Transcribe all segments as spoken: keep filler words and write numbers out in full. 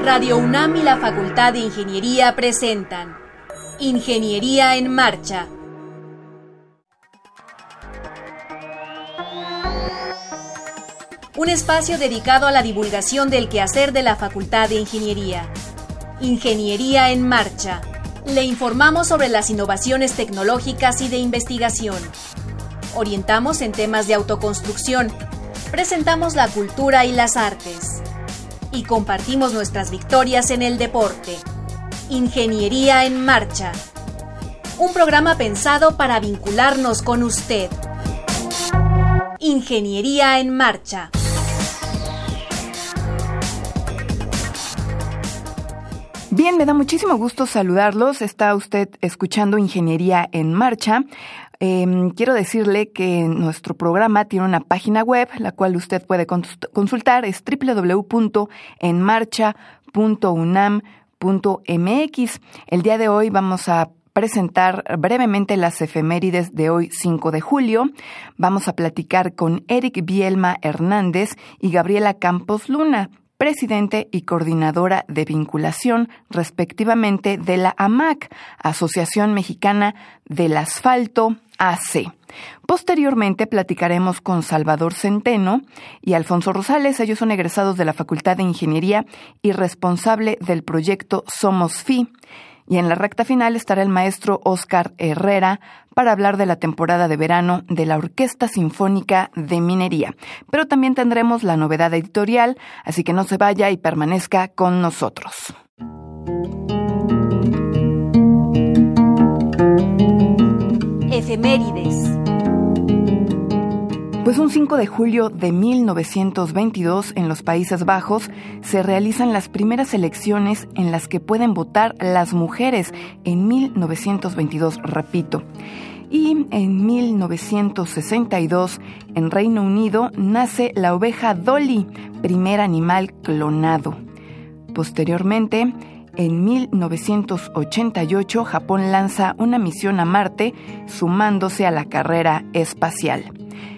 Radio UNAM y la Facultad de Ingeniería presentan Ingeniería en Marcha. Un espacio dedicado a la divulgación del quehacer de la Facultad de Ingeniería. Ingeniería en Marcha. Le informamos sobre las innovaciones tecnológicas y de investigación. Orientamos en temas de autoconstrucción. Presentamos la cultura y las artes. Y compartimos nuestras victorias en el deporte. Ingeniería en Marcha. Un programa pensado para vincularnos con usted. Ingeniería en Marcha. Bien, me da muchísimo gusto saludarlos. Está usted escuchando Ingeniería en Marcha. Eh, quiero decirle que nuestro programa tiene una página web, la cual usted puede consultar. Es doble u doble u doble u punto en marcha punto unam punto m x. El día de hoy vamos a presentar brevemente las efemérides de hoy, cinco de julio. Vamos a platicar con Eric Bielma Hernández y Gabriela Campos Luna, presidente y coordinadora de vinculación, respectivamente, de la A M A C, Asociación Mexicana del Asfalto, A C. Posteriormente platicaremos con Salvador Centeno y Alfonso Rosales. Ellos son egresados de la Facultad de Ingeniería y responsable del proyecto Somos F I. Y en la recta final estará el maestro Óscar Herrera para hablar de la temporada de verano de la Orquesta Sinfónica de Minería. Pero también tendremos la novedad editorial, así que no se vaya y permanezca con nosotros. Efemérides. Pues un cinco de julio de mil novecientos veintidós, en los Países Bajos, se realizan las primeras elecciones en las que pueden votar las mujeres. En mil novecientos veintidós, repito. Y en mil novecientos sesenta y dos, en Reino Unido, nace la oveja Dolly, primer animal clonado. Posteriormente, en mil novecientos ochenta y ocho, Japón lanza una misión a Marte, sumándose a la carrera espacial.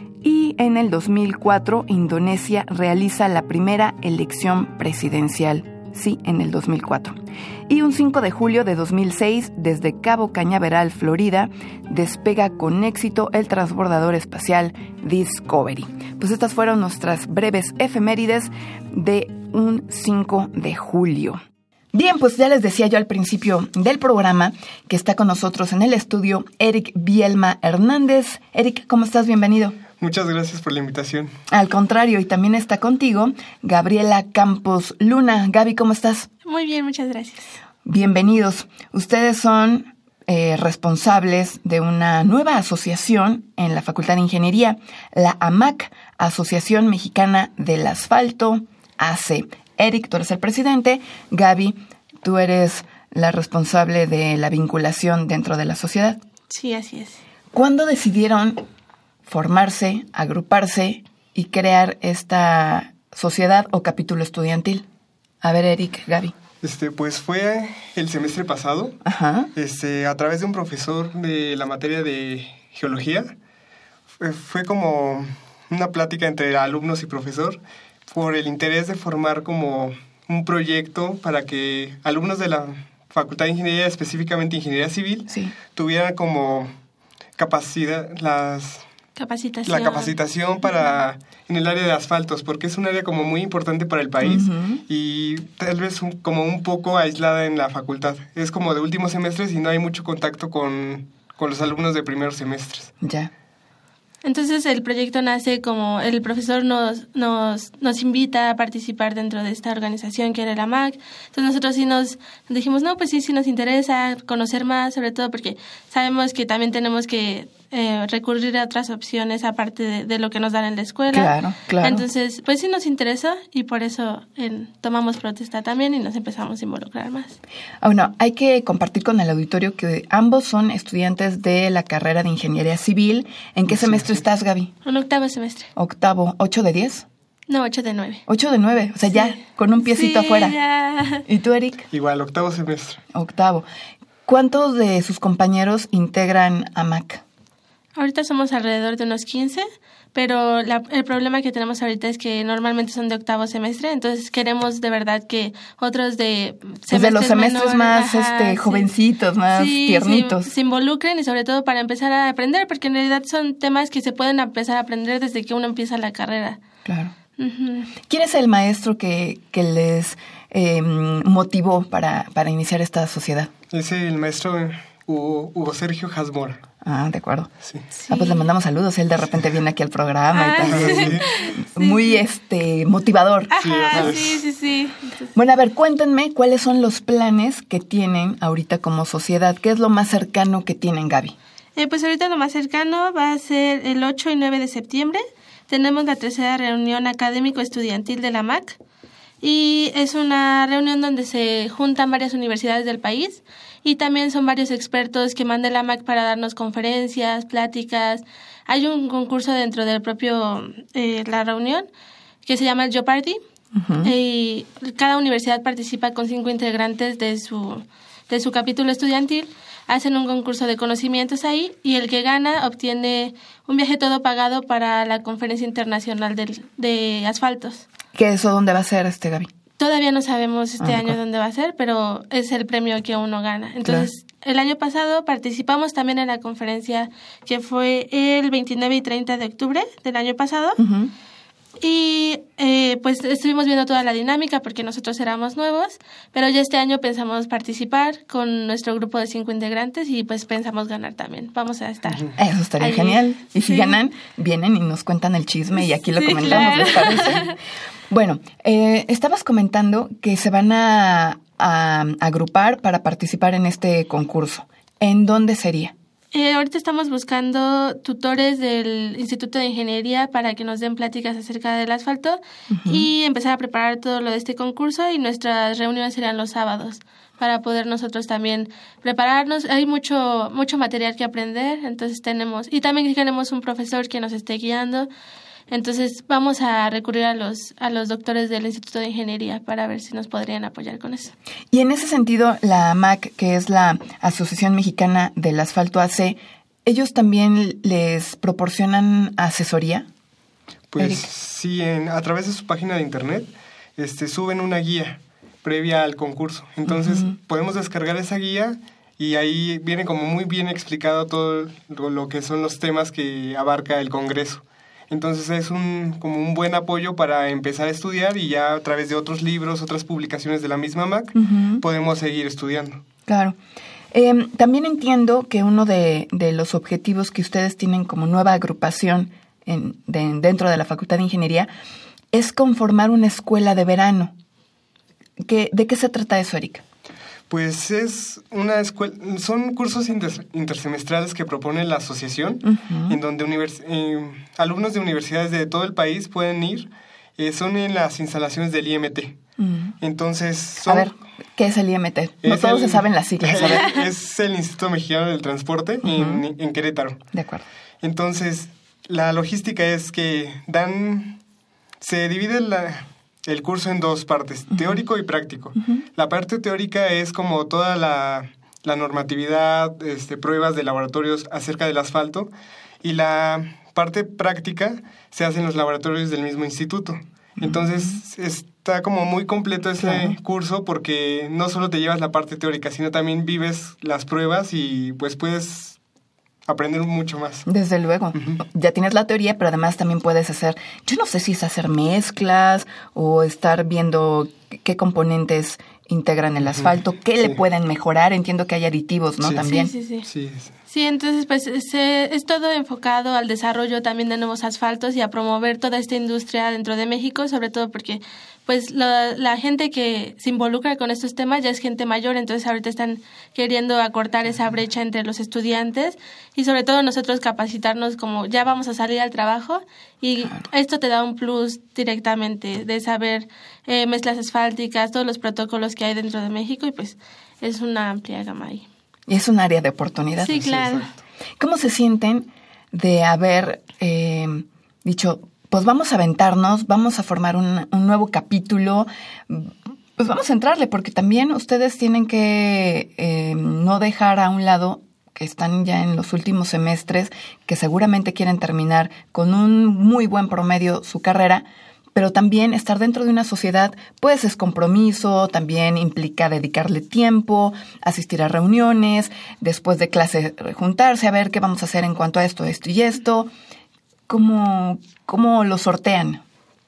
Y en el dos mil cuatro, Indonesia realiza la primera elección presidencial. Sí, en el dos mil cuatro. Y un cinco de julio de dos mil seis, desde Cabo Cañaveral, Florida, despega con éxito el transbordador espacial Discovery. Pues estas fueron nuestras breves efemérides de un cinco de julio. Bien, pues ya les decía yo al principio del programa que está con nosotros en el estudio Eric Bielma Hernández. Eric, ¿cómo estás? Bienvenido. Muchas gracias por la invitación. Al contrario, y también está contigo Gabriela Campos Luna. Gaby, ¿cómo estás? Muy bien, muchas gracias. Bienvenidos. Ustedes son eh, responsables de una nueva asociación en la Facultad de Ingeniería, la A M A C, Asociación Mexicana del Asfalto, A C. Eric, tú eres el presidente. Gaby, tú eres la responsable de la vinculación dentro de la sociedad. Sí, así es. ¿Cuándo decidieron formarse, agruparse y crear esta sociedad o capítulo estudiantil? A ver, Eric, Gaby. Este, pues fue el semestre pasado. Ajá. Este, a través de un profesor de la materia de geología. Fue, fue como una plática entre alumnos y profesor por el interés de formar como un proyecto para que alumnos de la Facultad de Ingeniería, específicamente Ingeniería Civil, sí, tuvieran como capacidad, las... Capacitación. La capacitación para en el área de asfaltos, porque es un área como muy importante para el país, uh-huh, y tal vez un, como un poco aislada en la facultad. Es como de últimos semestres y no hay mucho contacto con, con los alumnos de primeros semestres. Ya. Entonces el proyecto nace como el profesor nos, nos, nos invita a participar dentro de esta organización que era la A M A C. Entonces nosotros sí nos dijimos, no, pues sí, sí nos interesa conocer más, sobre todo porque sabemos que también tenemos que eh, recurrir a otras opciones aparte de, de lo que nos dan en la escuela. Claro, claro. Entonces, pues sí nos interesó y por eso eh, tomamos protesta también y nos empezamos a involucrar más. Ah, bueno, hay que compartir con el auditorio que ambos son estudiantes de la carrera de Ingeniería Civil. ¿En qué sí, semestre sí. estás, Gaby? En octavo semestre. Octavo. ¿Ocho de diez? No, ocho de nueve. Ocho de nueve, o sea, sí, ya con un piecito sí, afuera. Ya. ¿Y tú, Eric? Igual, octavo semestre. Octavo. ¿Cuántos de sus compañeros integran A M A C? Ahorita somos alrededor de unos quince, pero la, el problema que tenemos ahorita es que normalmente son de octavo semestre, entonces queremos de verdad que otros de semestres de los semestres menor, más ajá, este, jovencitos, sí, más sí, tiernitos. Sí, se involucren y sobre todo para empezar a aprender, porque en realidad son temas que se pueden empezar a aprender desde que uno empieza la carrera. Claro. Uh-huh. ¿Quién es el maestro que, que les eh, motivó para, para iniciar esta sociedad? Es el maestro Hugo, Hugo Sergio Hasmora. Ah, de acuerdo. Sí. Ah, pues le mandamos saludos. Él de repente viene aquí al programa ah, y también sí. muy este motivador. Ajá, sí, sí, sí. Entonces... Bueno, a ver, cuéntenme cuáles son los planes que tienen ahorita como sociedad. ¿Qué es lo más cercano que tienen, Gaby? Eh, pues ahorita lo más cercano va a ser el ocho y nueve de septiembre. Tenemos la tercera reunión académico-estudiantil de la M A C. Y es una reunión donde se juntan varias universidades del país y también son varios expertos que manda la M A C para darnos conferencias, pláticas. Hay un concurso dentro del propio eh, la reunión que se llama el Jeopardy. Uh-huh. Y cada universidad participa con cinco integrantes de su de su capítulo estudiantil. Hacen un concurso de conocimientos ahí y el que gana obtiene un viaje todo pagado para la conferencia internacional de, de asfaltos. ¿Qué eso dónde va a ser, este Gaby? Todavía no sabemos este ah, año claro. dónde va a ser, pero es el premio que uno gana. Entonces, claro. el año pasado participamos también en la conferencia que fue el veintinueve y treinta de octubre del año pasado. Uh-huh. Y eh, pues estuvimos viendo toda la dinámica porque nosotros éramos nuevos, pero ya este año pensamos participar con nuestro grupo de cinco integrantes y pues pensamos ganar también. Vamos a estar. Eso estaría ahí. Genial. Y si sí. ganan, vienen y nos cuentan el chisme y aquí lo sí, comentamos, claro. ¿les parece? Bueno, eh, estabas comentando que se van a, a agrupar para participar en este concurso. ¿En dónde sería? Eh, ahorita estamos buscando tutores del Instituto de Ingeniería para que nos den pláticas acerca del asfalto uh-huh. y empezar a preparar todo lo de este concurso y nuestras reuniones serían los sábados para poder nosotros también prepararnos. Hay mucho mucho material que aprender, entonces tenemos, y también tenemos un profesor que nos esté guiando. Entonces vamos a recurrir a los a los doctores del Instituto de Ingeniería para ver si nos podrían apoyar con eso. Y en ese sentido, la M A C, que es la Asociación Mexicana del Asfalto A C, ¿ellos también les proporcionan asesoría? Pues Eric. sí, en, a través de su página de internet este, suben una guía previa al concurso. Entonces uh-huh. podemos descargar esa guía y ahí viene como muy bien explicado todo lo que son los temas que abarca el Congreso. Entonces es un como un buen apoyo para empezar a estudiar y ya a través de otros libros, otras publicaciones de la misma M A C, uh-huh. podemos seguir estudiando. Claro. Eh, también entiendo que uno de, de los objetivos que ustedes tienen como nueva agrupación en, de, dentro de la Facultad de Ingeniería es conformar una escuela de verano. ¿Qué, ¿De qué se trata eso, Erika? Pues es una escuela, son cursos inter, intersemestrales que propone la asociación, uh-huh. en donde univers, eh, alumnos de universidades de todo el país pueden ir, eh, son en las instalaciones del I M T. Uh-huh. Entonces, son, a ver, ¿qué es el I M T? No todos el, se saben las siglas. A ver. Es el Instituto Mexicano del Transporte uh-huh. en, en Querétaro. De acuerdo. Entonces, la logística es que dan, se divide la... el curso en dos partes, uh-huh. teórico y práctico. Uh-huh. La parte teórica es como toda la, la normatividad, este, pruebas de laboratorios acerca del asfalto, y la parte práctica se hace en los laboratorios del mismo instituto. Uh-huh. Entonces está como muy completo ese uh-huh. curso porque no solo te llevas la parte teórica, sino también vives las pruebas y pues puedes aprender mucho más. Desde luego. Uh-huh. Ya tienes la teoría, pero además también puedes hacer, yo no sé si es hacer mezclas o estar viendo qué componentes integran el asfalto, uh-huh. qué sí. le pueden mejorar. Entiendo que hay aditivos, ¿no? Sí. También. Sí, sí, sí. sí, sí. Sí, entonces pues se, es todo enfocado al desarrollo también de nuevos asfaltos y a promover toda esta industria dentro de México, sobre todo porque pues la, la gente que se involucra con estos temas ya es gente mayor, entonces ahorita están queriendo acortar esa brecha entre los estudiantes y sobre todo nosotros capacitarnos como ya vamos a salir al trabajo y claro. esto te da un plus directamente de saber eh, mezclas asfálticas, todos los protocolos que hay dentro de México y pues es una amplia gama ahí. Y es un área de oportunidad. Sí, claro. ¿Cómo se sienten de haber eh, dicho, pues vamos a aventarnos, vamos a formar un, un nuevo capítulo, pues vamos a entrarle, porque también ustedes tienen que eh, no dejar a un lado que están ya en los últimos semestres, que seguramente quieren terminar con un muy buen promedio su carrera, pero también estar dentro de una sociedad, pues es compromiso, también implica dedicarle tiempo, asistir a reuniones, después de clase juntarse, a ver qué vamos a hacer en cuanto a esto, esto y esto. ¿Cómo, cómo lo sortean?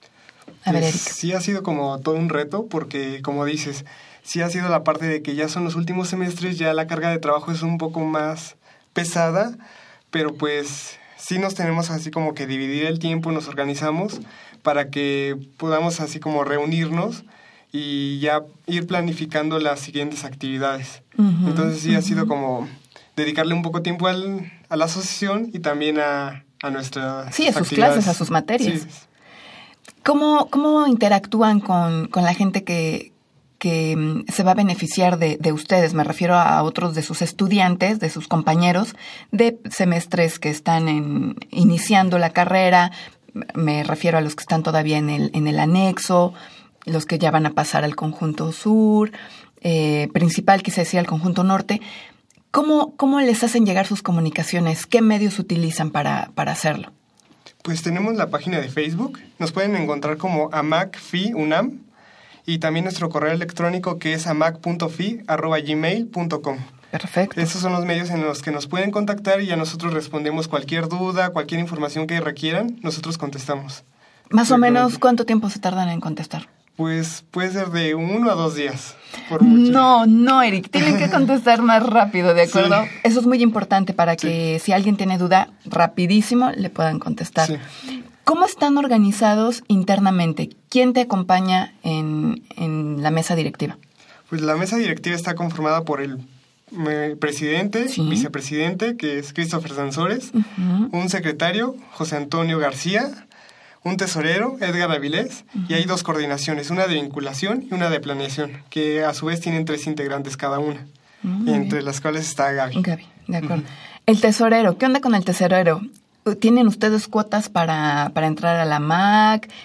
A ver, Erika. Sí ha sido como todo un reto, porque como dices, sí ha sido la parte de que ya son los últimos semestres, ya la carga de trabajo es un poco más pesada, pero pues sí nos tenemos así como que dividir el tiempo, nos organizamos para que podamos así como reunirnos y ya ir planificando las siguientes actividades. Uh-huh, Entonces sí uh-huh. ha sido como dedicarle un poco de tiempo al, a la asociación y también a, a nuestras Sí, a sus actividades. clases, a sus materias. Sí. ¿Cómo, cómo interactúan con, con la gente que, que se va a beneficiar de, de ustedes? Me refiero a otros de sus estudiantes, de sus compañeros de semestres que están en, iniciando la carrera. Me refiero a los que están todavía en el, en el anexo, los que ya van a pasar al conjunto sur, eh, principal, quise decir, al conjunto norte. ¿Cómo, cómo les hacen llegar sus comunicaciones? ¿Qué medios utilizan para, para hacerlo? Pues tenemos la página de Facebook, nos pueden encontrar como amacfiunam y también nuestro correo electrónico que es amac punto fi arroba gmail punto com. Perfecto. Esos son los medios en los que nos pueden contactar y a nosotros respondemos cualquier duda, cualquier información que requieran, nosotros contestamos. Más o menos, ¿cuánto tiempo se tardan en contestar? Pues puede ser de uno a dos días, por mucho. No, no, Eric, tienen que contestar más rápido, ¿de acuerdo? Sí. Eso es muy importante para que sí. si alguien tiene duda, rapidísimo le puedan contestar. Sí. ¿Cómo están organizados internamente? ¿Quién te acompaña en, en la mesa directiva? Pues la mesa directiva está conformada por el presidente, sí. vicepresidente, que es Christopher Sansores, uh-huh. un secretario, José Antonio García, un tesorero, Edgar Avilés, uh-huh. y hay dos coordinaciones, una de vinculación y una de planeación, que a su vez tienen tres integrantes cada una, uh-huh. entre las cuales está Gaby. Gaby, de acuerdo. Uh-huh. El tesorero, ¿qué onda con el tesorero? ¿Tienen ustedes cuotas para, para entrar a la M A C?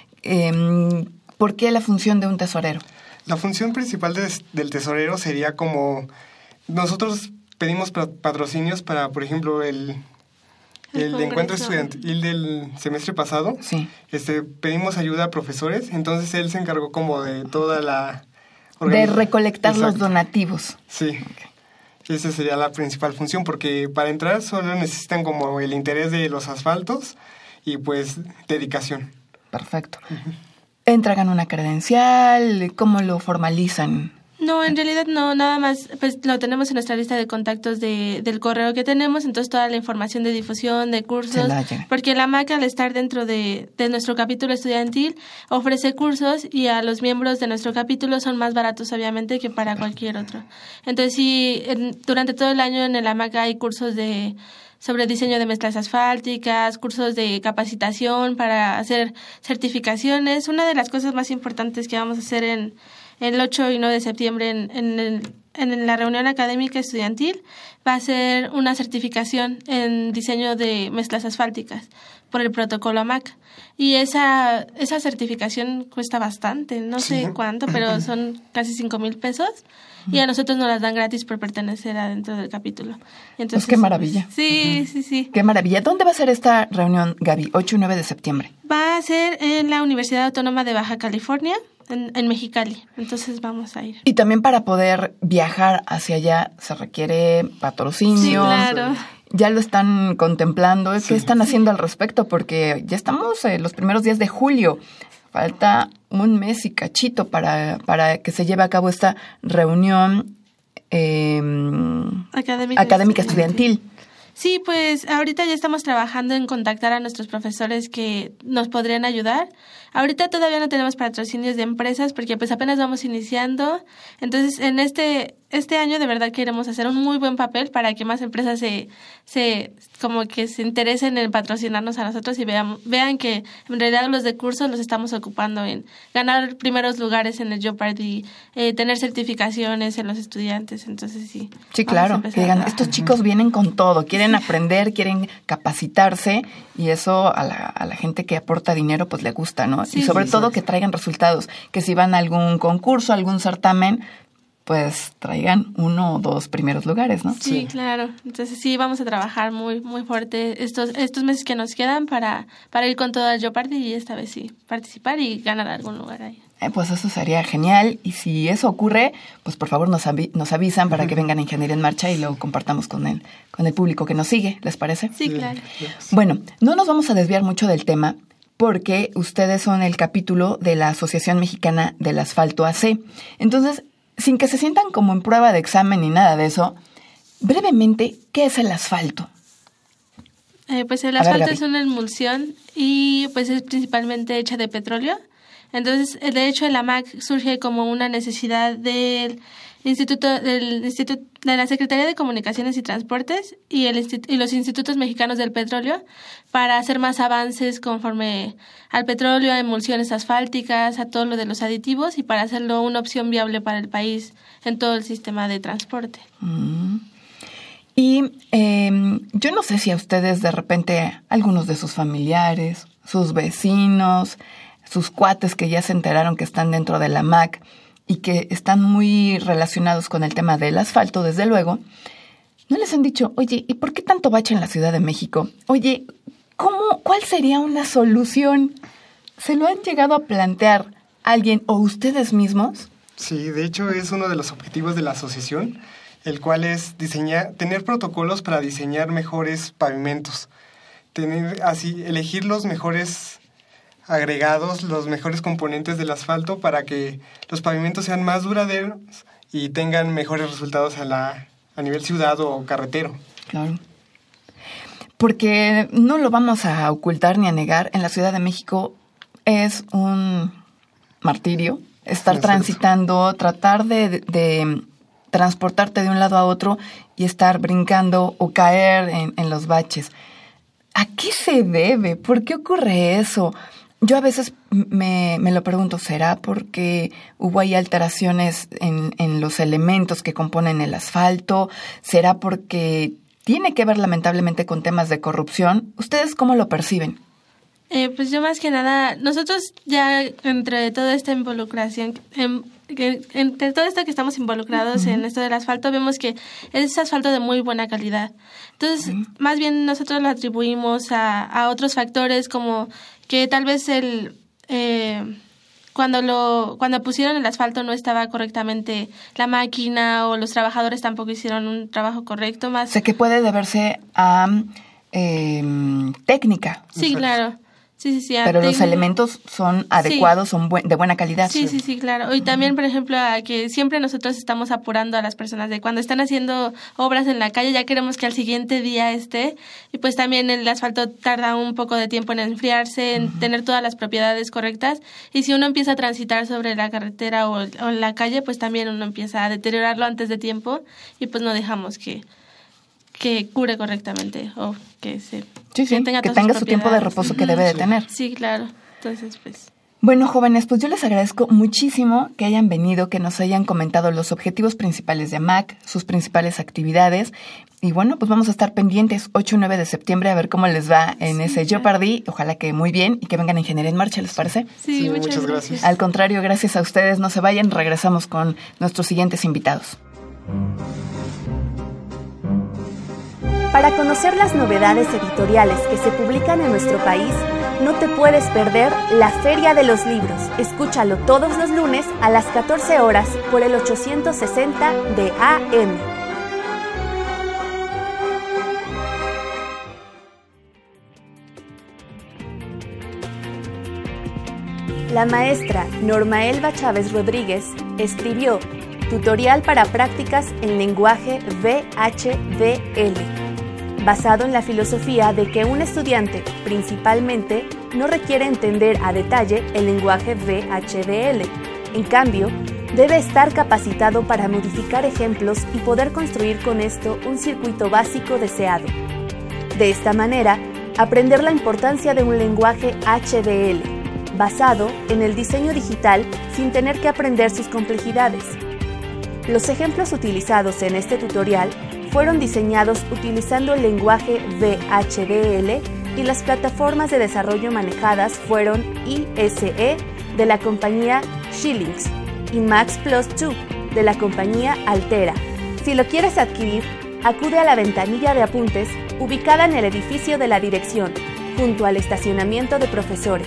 Eh, ¿Por qué la función de un tesorero? La función principal de, del tesorero sería como... Nosotros pedimos patrocinios para, por ejemplo, el, el, el encuentro estudiantil del semestre pasado. Sí. Este, pedimos ayuda a profesores, entonces él se encargó como de toda la... De recolectar Exacto. los donativos. Sí, okay. Esa sería la principal función, porque para entrar solo necesitan como el interés de los asfaltos y pues dedicación. Perfecto. Uh-huh. ¿Entregan una credencial? ¿Cómo lo formalizan? No, en realidad no, nada más pues lo tenemos en nuestra lista de contactos de, del correo que tenemos, entonces toda la información de difusión, de cursos, porque la M A C al estar dentro de, de nuestro capítulo estudiantil ofrece cursos y a los miembros de nuestro capítulo son más baratos obviamente que para cualquier otro. Entonces sí, en, durante todo el año en el A M A C hay cursos de sobre diseño de mezclas asfálticas, cursos de capacitación para hacer certificaciones. Una de las cosas más importantes que vamos a hacer en el ocho y nueve de septiembre en, en, el, en la reunión académica estudiantil va a ser una certificación en diseño de mezclas asfálticas por el protocolo A M A C. Y esa, esa certificación cuesta bastante, no sí. sé cuánto, pero son casi cinco mil pesos. Y a nosotros nos las dan gratis por pertenecer adentro del capítulo. Entonces, pues qué maravilla. Sí, uh-huh. sí, sí. Qué maravilla. ¿Dónde va a ser esta reunión, Gaby? ocho y nueve de septiembre. Va a ser en la Universidad Autónoma de Baja California, en, en Mexicali. Entonces vamos a ir. Y también para poder viajar hacia allá se requiere patrocinios. Sí, claro. Ya lo están contemplando. Sí. ¿Qué están haciendo al respecto? Porque ya estamos en los primeros días de julio. Falta un mes y cachito para, para que se lleve a cabo esta reunión eh, académica, académica estudiantil. Sí, pues ahorita ya estamos trabajando en contactar a nuestros profesores que nos podrían ayudar. Ahorita todavía no tenemos patrocinios de empresas porque pues apenas vamos iniciando. Entonces, en este este año de verdad queremos hacer un muy buen papel para que más empresas se se como que se interesen en patrocinarnos a nosotros y vean vean que en realidad los de cursos los estamos ocupando en ganar primeros lugares en el Jeopardy, eh, tener certificaciones en los estudiantes. Entonces, sí. Sí, claro. Que digan, estos chicos vienen con todo, quieren aprender, quieren capacitarse y eso a la, a la gente que aporta dinero pues le gusta, ¿no? Sí, y sobre sí, todo sí. que traigan resultados, que si van a algún concurso, algún certamen, pues traigan uno o dos primeros lugares, ¿no? Sí, Sí. claro. Entonces sí, vamos a trabajar muy muy fuerte estos estos meses que nos quedan para, para ir con todo el Jeopardy y esta vez sí participar y ganar algún lugar ahí. Eh, pues eso sería genial. Y si eso ocurre, pues por favor nos, avi- nos avisan para que vengan a Ingeniería en Marcha y lo compartamos con el, con el público que nos sigue, ¿les parece? Sí, claro. Bueno, no nos vamos a desviar mucho del tema porque ustedes son el capítulo de la Asociación Mexicana del Asfalto A C. Entonces, sin que se sientan como en prueba de examen ni nada de eso, brevemente, ¿qué es el asfalto? Eh, pues el A ver, asfalto Gaby. es una emulsión y pues es principalmente hecha de petróleo. Entonces, eh, de hecho, el A M A C surge como una necesidad del Instituto del Instituto de la Secretaría de Comunicaciones y Transportes y el Instit- y los institutos mexicanos del petróleo para hacer más avances conforme al petróleo, a emulsiones asfálticas, a todo lo de los aditivos y para hacerlo una opción viable para el país en todo el sistema de transporte. Mm. Y eh, yo no sé si a ustedes de repente, algunos de sus familiares, sus vecinos, sus cuates que ya se enteraron que están dentro de la M A C y que están muy relacionados con el tema del asfalto, desde luego, ¿no les han dicho, oye, ¿y por qué tanto bache en la Ciudad de México? Oye, ¿cómo, cuál sería una solución? ¿Se lo han llegado a plantear alguien o ustedes mismos? Sí, de hecho es uno de los objetivos de la asociación, el cual es diseñar, tener protocolos para diseñar mejores pavimentos, tener así, elegir los mejores agregados, los mejores componentes del asfalto para que los pavimentos sean más duraderos y tengan mejores resultados a, la, a nivel ciudad o carretero. Claro. Porque no lo vamos a ocultar ni a negar, en la Ciudad de México es un martirio estar Es transitando, tratar de, de, de transportarte de un lado a otro y estar brincando o caer en, en los baches. ¿A qué se debe? ¿Por qué ocurre eso? Yo a veces me, me lo pregunto, ¿será porque hubo ahí alteraciones en, en los elementos que componen el asfalto? ¿Será porque tiene que ver lamentablemente con temas de corrupción? ¿Ustedes cómo lo perciben? Eh, pues yo más que nada, nosotros ya entre toda esta involucración, en, que, entre todo esto que estamos involucrados uh-huh. en esto del asfalto, vemos que es asfalto de muy buena calidad. Entonces, uh-huh. más bien nosotros lo atribuimos a, a otros factores como que tal vez el eh, cuando lo cuando pusieron el asfalto no estaba correctamente la máquina o los trabajadores tampoco hicieron un trabajo correcto. Más. O sea, que puede deberse a eh, técnica. Sí, Exacto. claro. Sí, sí, sí. Pero los técnica. elementos son adecuados, sí. son bu- de buena calidad. Sí, sí, sí, claro. Y también, por ejemplo, a que siempre nosotros estamos apurando a las personas de cuando están haciendo obras en la calle, ya queremos que al siguiente día esté. Y pues también el asfalto tarda un poco de tiempo en enfriarse, en uh-huh. tener todas las propiedades correctas. Y si uno empieza a transitar sobre la carretera o, o en la calle, pues también uno empieza a deteriorarlo antes de tiempo y pues no dejamos que... que cure correctamente o que se sí, sí, que tenga, que tenga su tiempo de reposo que debe de tener. Sí, claro. Entonces, pues... Bueno, jóvenes, pues yo les agradezco muchísimo que hayan venido, que nos hayan comentado los objetivos principales de A M A C, sus principales actividades. Y bueno, pues vamos a estar pendientes ocho y nueve de septiembre a ver cómo les va en sí, ese claro. Jeopardy. Ojalá que muy bien y que vengan a Ingeniería en Marcha, ¿les parece? Sí, sí muchas, muchas gracias. gracias. Al contrario, gracias a ustedes. No se vayan, regresamos con nuestros siguientes invitados. Para conocer las novedades editoriales que se publican en nuestro país, no te puedes perder la Feria de los Libros. Escúchalo todos los lunes a las catorce horas por el ochocientos sesenta de A M. La maestra Norma Elba Chávez Rodríguez escribió Tutorial para prácticas en lenguaje V H D L, basado en la filosofía de que un estudiante, principalmente, no requiere entender a detalle el lenguaje V H D L. En cambio, debe estar capacitado para modificar ejemplos y poder construir con esto un circuito básico deseado. De esta manera, aprender la importancia de un lenguaje H D L, basado en el diseño digital sin tener que aprender sus complejidades. Los ejemplos utilizados en este tutorial fueron diseñados utilizando el lenguaje V H D L y las plataformas de desarrollo manejadas fueron I S E de la compañía Xilinx y Max Plus dos de la compañía Altera. Si lo quieres adquirir, acude a la ventanilla de apuntes ubicada en el edificio de la dirección, junto al estacionamiento de profesores.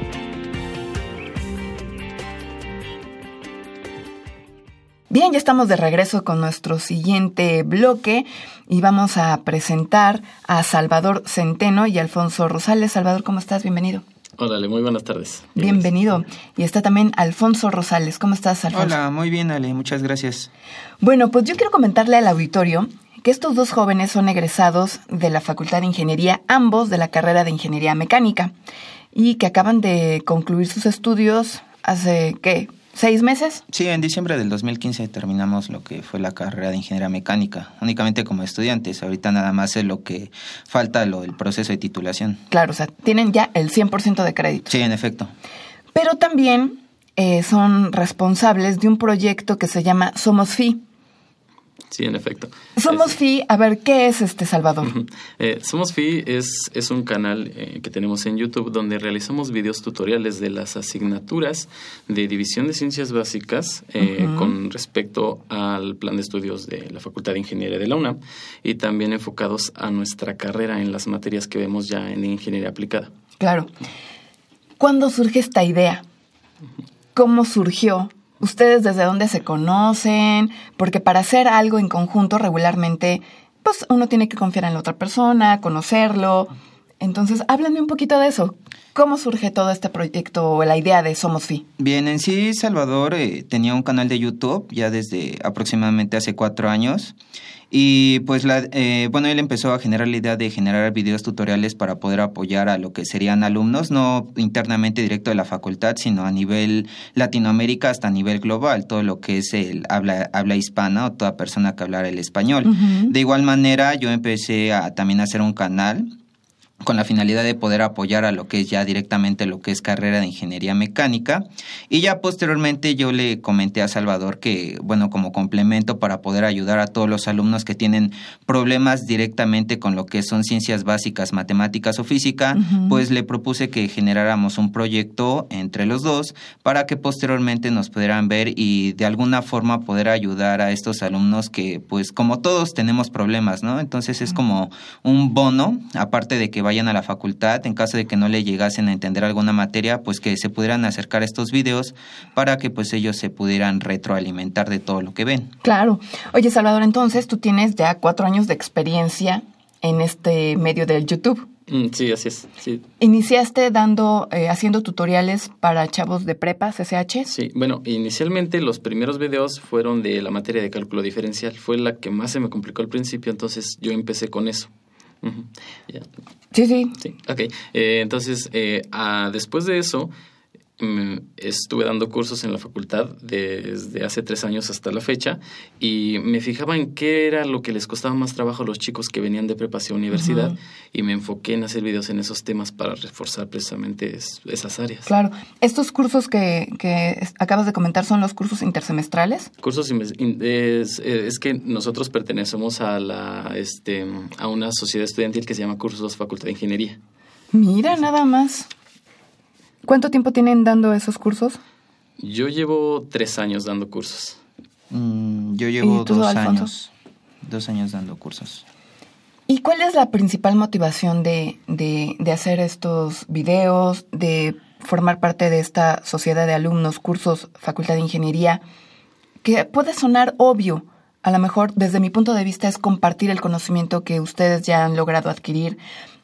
Bien, ya estamos de regreso con nuestro siguiente bloque y vamos a presentar a Salvador Centeno y Alfonso Rosales. Salvador, ¿cómo estás? Bienvenido. Hola, Ale, muy buenas tardes. Bienvenido. Y está también Alfonso Rosales. ¿Cómo estás, Alfonso? Hola, muy bien, Ale, muchas gracias. Bueno, pues yo quiero comentarle al auditorio que estos dos jóvenes son egresados de la Facultad de Ingeniería, ambos de la carrera de Ingeniería Mecánica, y que acaban de concluir sus estudios hace, ¿qué?, ¿seis meses? Sí, en diciembre del dos mil quince terminamos lo que fue la carrera de Ingeniería Mecánica, únicamente como estudiantes. Ahorita nada más es lo que falta, lo del proceso de titulación. Claro, o sea, tienen ya el cien por ciento de crédito. Sí, en efecto. Pero también eh, son responsables de un proyecto que se llama Somos F I. Sí, en efecto. Somos es, F I, a ver, ¿qué es este, Salvador? Uh-huh. eh, Somos F I es, es un canal eh, que tenemos en YouTube donde realizamos videos tutoriales de las asignaturas de División de Ciencias Básicas eh, uh-huh. con respecto al plan de estudios de la Facultad de Ingeniería de la UNAM y también enfocados a nuestra carrera en las materias que vemos ya en Ingeniería Aplicada. Claro. ¿Cuándo surge esta idea? ¿Cómo surgió? ¿Ustedes desde dónde se conocen? Porque para hacer algo en conjunto regularmente, pues uno tiene que confiar en la otra persona, conocerlo. Entonces, háblenme un poquito de eso. ¿Cómo surge todo este proyecto o la idea de Somos F I? Bien, en sí, Salvador eh, tenía un canal de YouTube ya desde aproximadamente hace cuatro años. Y pues, la, eh, bueno, él empezó a generar la idea de generar videos tutoriales para poder apoyar a lo que serían alumnos, no internamente directo de la facultad, sino a nivel Latinoamérica hasta a nivel global, todo lo que es el habla, habla hispana o toda persona que hablara el español. Uh-huh. De igual manera, yo empecé a también a hacer un canal con la finalidad de poder apoyar a lo que es ya directamente lo que es carrera de Ingeniería Mecánica. Y ya posteriormente yo le comenté a Salvador que, bueno, como complemento para poder ayudar a todos los alumnos que tienen problemas directamente con lo que son ciencias básicas, matemáticas o física, uh-huh. pues le propuse que generáramos un proyecto entre los dos para que posteriormente nos pudieran ver y de alguna forma poder ayudar a estos alumnos que, pues, como todos tenemos problemas, ¿no? Entonces es como un bono, aparte de que vayan a la facultad, en caso de que no le llegasen a entender alguna materia, pues que se pudieran acercar a estos videos para que pues ellos se pudieran retroalimentar de todo lo que ven. Claro. Oye, Salvador, entonces tú tienes ya cuatro años de experiencia en este medio del YouTube. Mm, sí, así es. Sí. ¿Iniciaste dando, eh, haciendo tutoriales para chavos de prepa, C C H? Sí, bueno, inicialmente los primeros videos fueron de la materia de cálculo diferencial. Fue la que más se me complicó al principio, entonces yo empecé con eso. Uh-huh. Yeah. Sí, sí. Sí, ok. Eh, entonces, eh, ah, después de eso, mm, estuve dando cursos en la facultad desde hace tres años hasta la fecha y me fijaba en qué era lo que les costaba más trabajo a los chicos que venían de prepa hacia universidad uh-huh. y me enfoqué en hacer videos en esos temas para reforzar precisamente es, esas áreas. Claro. ¿Estos cursos que, que acabas de comentar son los cursos intersemestrales? Cursos es, es que nosotros pertenecemos a la este a una sociedad estudiantil que se llama Cursos Facultad de Ingeniería. Mira, sí. Nada más. ¿Cuánto tiempo tienen dando esos cursos? Yo llevo tres años dando cursos. Mm, yo llevo tú, dos Alfonso? años. Dos años dando cursos. ¿Y cuál es la principal motivación de, de, de hacer estos videos, de formar parte de esta sociedad de alumnos, cursos, Facultad de Ingeniería? Que puede sonar obvio, a lo mejor desde mi punto de vista es compartir el conocimiento que ustedes ya han logrado adquirir.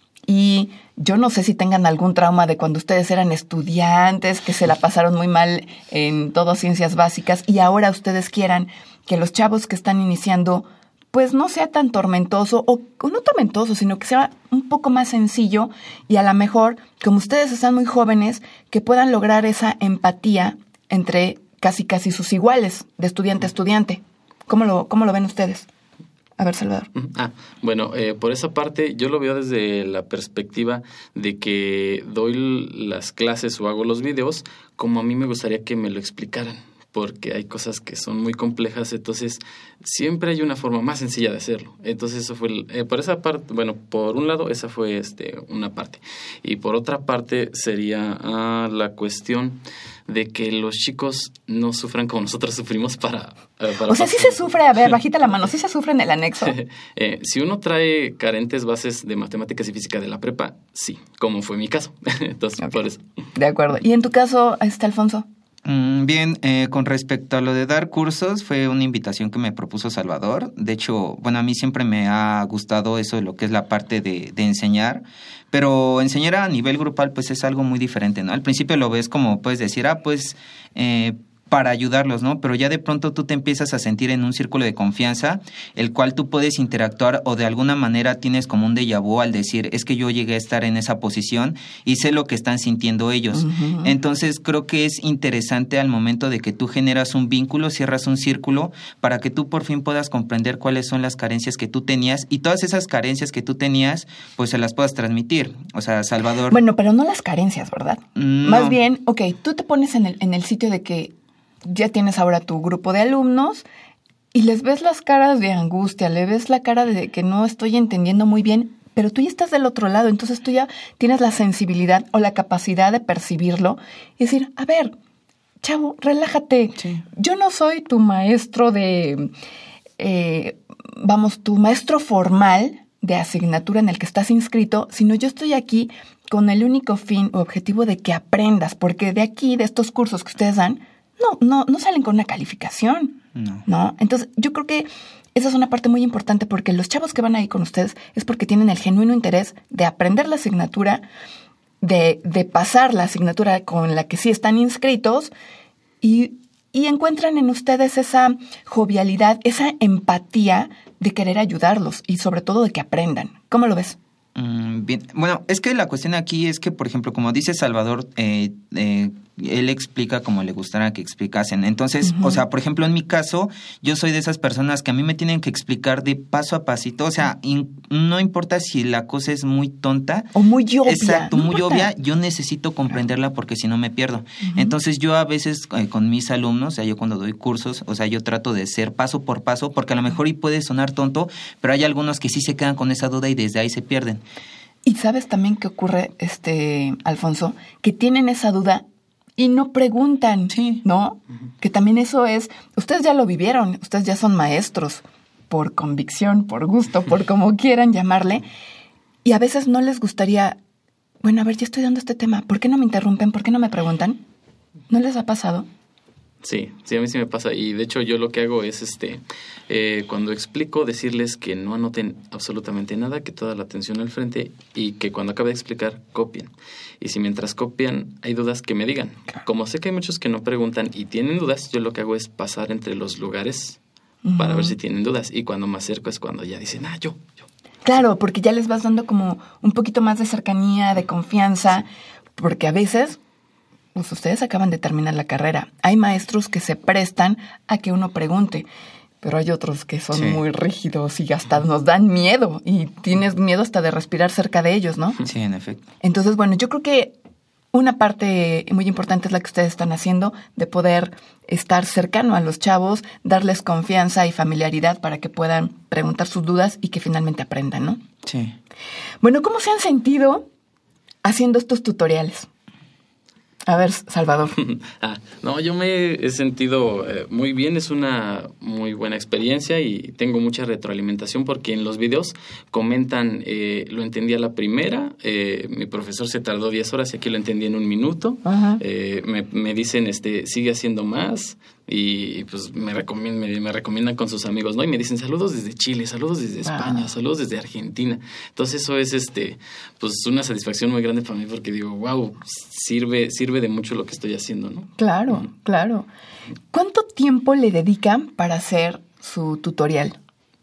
Y yo no sé si tengan algún trauma de cuando ustedes eran estudiantes, que se la pasaron muy mal en todas ciencias básicas y ahora ustedes quieran que los chavos que están iniciando pues no sea tan tormentoso o, o no tormentoso, sino que sea un poco más sencillo y a lo mejor, como ustedes están muy jóvenes, que puedan lograr esa empatía entre casi casi sus iguales de estudiante a estudiante. ¿Cómo lo, cómo lo ven ustedes? A ver, Salvador. Ah, bueno, eh, por esa parte yo lo veo desde la perspectiva de que doy las clases o hago los videos como a mí me gustaría que me lo explicaran. porque hay cosas que son muy complejas, entonces siempre hay una forma más sencilla de hacerlo. Entonces eso fue, el, eh, por esa parte, bueno, por un lado esa fue este una parte. Y por otra parte sería ah, la cuestión de que los chicos no sufran como nosotros sufrimos para... Eh, para o sea, sí se sufre, a ver, bajita la mano, sí se sufre en el anexo. eh, si uno trae carentes bases de matemáticas y física de la prepa, sí, como fue mi caso. Entonces, okay. Por eso. De acuerdo. ¿Y en tu caso, este Alfonso? Bien, eh, con respecto a lo de dar cursos, fue una invitación que me propuso Salvador. De hecho, bueno, a mí siempre me ha gustado eso de lo que es la parte de, de enseñar, pero enseñar a nivel grupal pues es algo muy diferente, ¿no? Al principio lo ves como puedes decir, ah, pues... Eh, para ayudarlos, ¿no? Pero ya de pronto tú te empiezas a sentir en un círculo de confianza, el cual tú puedes interactuar o de alguna manera tienes como un déjà vu al decir, es que yo llegué a estar en esa posición y sé lo que están sintiendo ellos. Uh-huh. Entonces creo que es interesante al momento de que tú generas un vínculo, cierras un círculo para que tú por fin puedas comprender cuáles son las carencias que tú tenías y todas esas carencias que tú tenías, pues se las puedas transmitir. O sea, Salvador... Bueno, pero no las carencias, ¿verdad? No. Más bien, ok, tú te pones en el, en el sitio de que ya tienes ahora tu grupo de alumnos y les ves las caras de angustia, le ves la cara de que no estoy entendiendo muy bien, pero tú ya estás del otro lado, entonces tú ya tienes la sensibilidad o la capacidad de percibirlo y decir, a ver, chavo, relájate. Sí. Yo no soy tu maestro de, eh, vamos, tu maestro formal de asignatura en el que estás inscrito, sino yo estoy aquí con el único fin o objetivo de que aprendas, porque de aquí, de estos cursos que ustedes dan, No, no, no salen con una calificación, no. ¿no? Entonces, yo creo que esa es una parte muy importante porque los chavos que van ahí con ustedes es porque tienen el genuino interés de aprender la asignatura, de, de pasar la asignatura con la que sí están inscritos y, y encuentran en ustedes esa jovialidad, esa empatía de querer ayudarlos y sobre todo de que aprendan. ¿Cómo lo ves? Bien, bueno, es que la cuestión aquí es que, por ejemplo, como dice Salvador, eh, eh, él explica como le gustara que explicasen. Entonces, uh-huh. o sea, por ejemplo, en mi caso, yo soy de esas personas que a mí me tienen que explicar de paso a pasito. O sea, in, no importa si la cosa es muy tonta. O muy obvia. Exacto, no muy importa. obvia. Yo necesito comprenderla porque si no me pierdo. Uh-huh. Entonces, yo a veces eh, con mis alumnos, o sea, yo cuando doy cursos, o sea, yo trato de ser paso por paso porque a lo mejor y puede sonar tonto, pero hay algunos que sí se quedan con esa duda y desde ahí se pierden. Y sabes también qué ocurre, este Alfonso, que tienen esa duda y no preguntan, sí. ¿no? Uh-huh. Que también eso es, ustedes ya lo vivieron, ustedes ya son maestros por convicción, por gusto, por como quieran llamarle, y a veces no les gustaría, bueno, a ver, ya estoy dando este tema, ¿por qué no me interrumpen? ¿Por qué no me preguntan? ¿No les ha pasado? Sí, sí, a mí sí me pasa. Y de hecho yo lo que hago es, este, eh, cuando explico, decirles que no anoten absolutamente nada, que toda la atención al frente y que cuando acabe de explicar, copien. Y si mientras copian hay dudas, que me digan. Como sé que hay muchos que no preguntan y tienen dudas, yo lo que hago es pasar entre los lugares uh-huh. para ver si tienen dudas. Y cuando me acerco es cuando ya dicen, ah, yo, yo. Claro, porque ya les vas dando como un poquito más de cercanía, de confianza, porque a veces... pues ustedes acaban de terminar la carrera. Hay maestros que se prestan a que uno pregunte, pero hay otros que son sí. muy rígidos y hasta nos dan miedo y tienes miedo hasta de respirar cerca de ellos, ¿no? Sí, en efecto. Entonces, bueno, yo creo que una parte muy importante es la que ustedes están haciendo de poder estar cercano a los chavos, darles confianza y familiaridad para que puedan preguntar sus dudas y que finalmente aprendan, ¿no? Sí. Bueno, ¿cómo se han sentido haciendo estos tutoriales? A ver, Salvador. ah, no, yo me he sentido eh, muy bien, es una muy buena experiencia y tengo mucha retroalimentación porque en los videos comentan, eh, lo entendí a la primera, eh, mi profesor se tardó diez horas y aquí lo entendí en un minuto, eh, me, me dicen, este, sigue haciendo más y pues me recomiendan, me, me recomiendan con sus amigos, ¿no? Y me dicen saludos desde Chile, saludos desde España, ah. saludos desde Argentina. Entonces eso es, este, pues una satisfacción muy grande para mí porque digo, wow, sirve, sirve de mucho lo que estoy haciendo, ¿no? Claro, uh-huh. claro. ¿Cuánto tiempo le dedican para hacer su tutorial?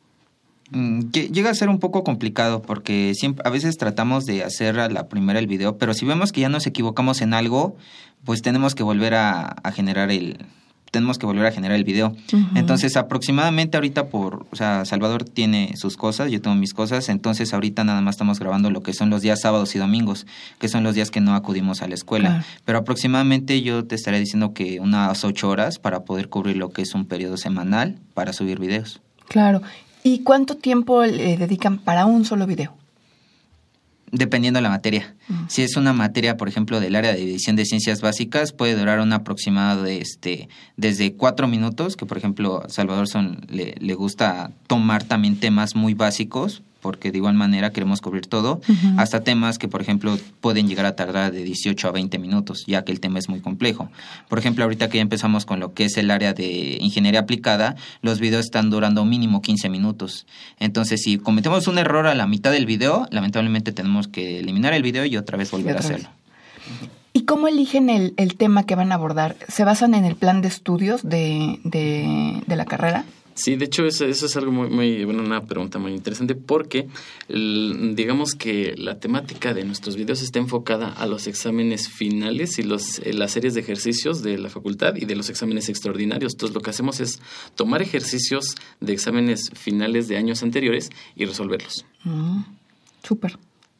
Mm, llega a ser un poco complicado porque siempre, a veces tratamos de hacer a la primera el video, pero si vemos que ya nos equivocamos en algo, pues tenemos que volver a, a generar el... tenemos que volver a generar el video. Uh-huh. Entonces, aproximadamente ahorita por, o sea, Salvador tiene sus cosas, yo tengo mis cosas, entonces ahorita nada más estamos grabando lo que son los días sábados y domingos, que son los días que no acudimos a la escuela. Claro. Pero aproximadamente yo te estaré diciendo que unas ocho horas para poder cubrir lo que es un periodo semanal para subir videos. Claro. ¿Y cuánto tiempo le dedican para un solo video? Dependiendo de la materia. Uh-huh. Si es una materia, por ejemplo, del área de división de ciencias básicas, puede durar un aproximado de este desde cuatro minutos, que por ejemplo a Salvador son, le, le gusta tomar también temas muy básicos, porque de igual manera queremos cubrir todo, uh-huh. hasta temas que, por ejemplo, pueden llegar a tardar de dieciocho a veinte minutos, ya que el tema es muy complejo. Por ejemplo, ahorita que ya empezamos con lo que es el área de ingeniería aplicada, los videos están durando mínimo quince minutos. Entonces, si cometemos un error a la mitad del video, lamentablemente tenemos que eliminar el video y otra vez volver otra a hacerlo. Vez. ¿Y cómo eligen el, el tema que van a abordar? ¿Se basan en el plan de estudios de, de, de la carrera? Sí, de hecho eso, eso es algo muy, muy, bueno, una pregunta muy interesante porque el, digamos que la temática de nuestros videos está enfocada a los exámenes finales y los, eh, las series de ejercicios de la facultad y de los exámenes extraordinarios. Entonces lo que hacemos es tomar ejercicios de exámenes finales de años anteriores y resolverlos. Mm, súper.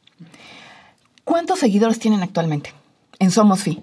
¿Cuántos seguidores tienen actualmente en Somos F I?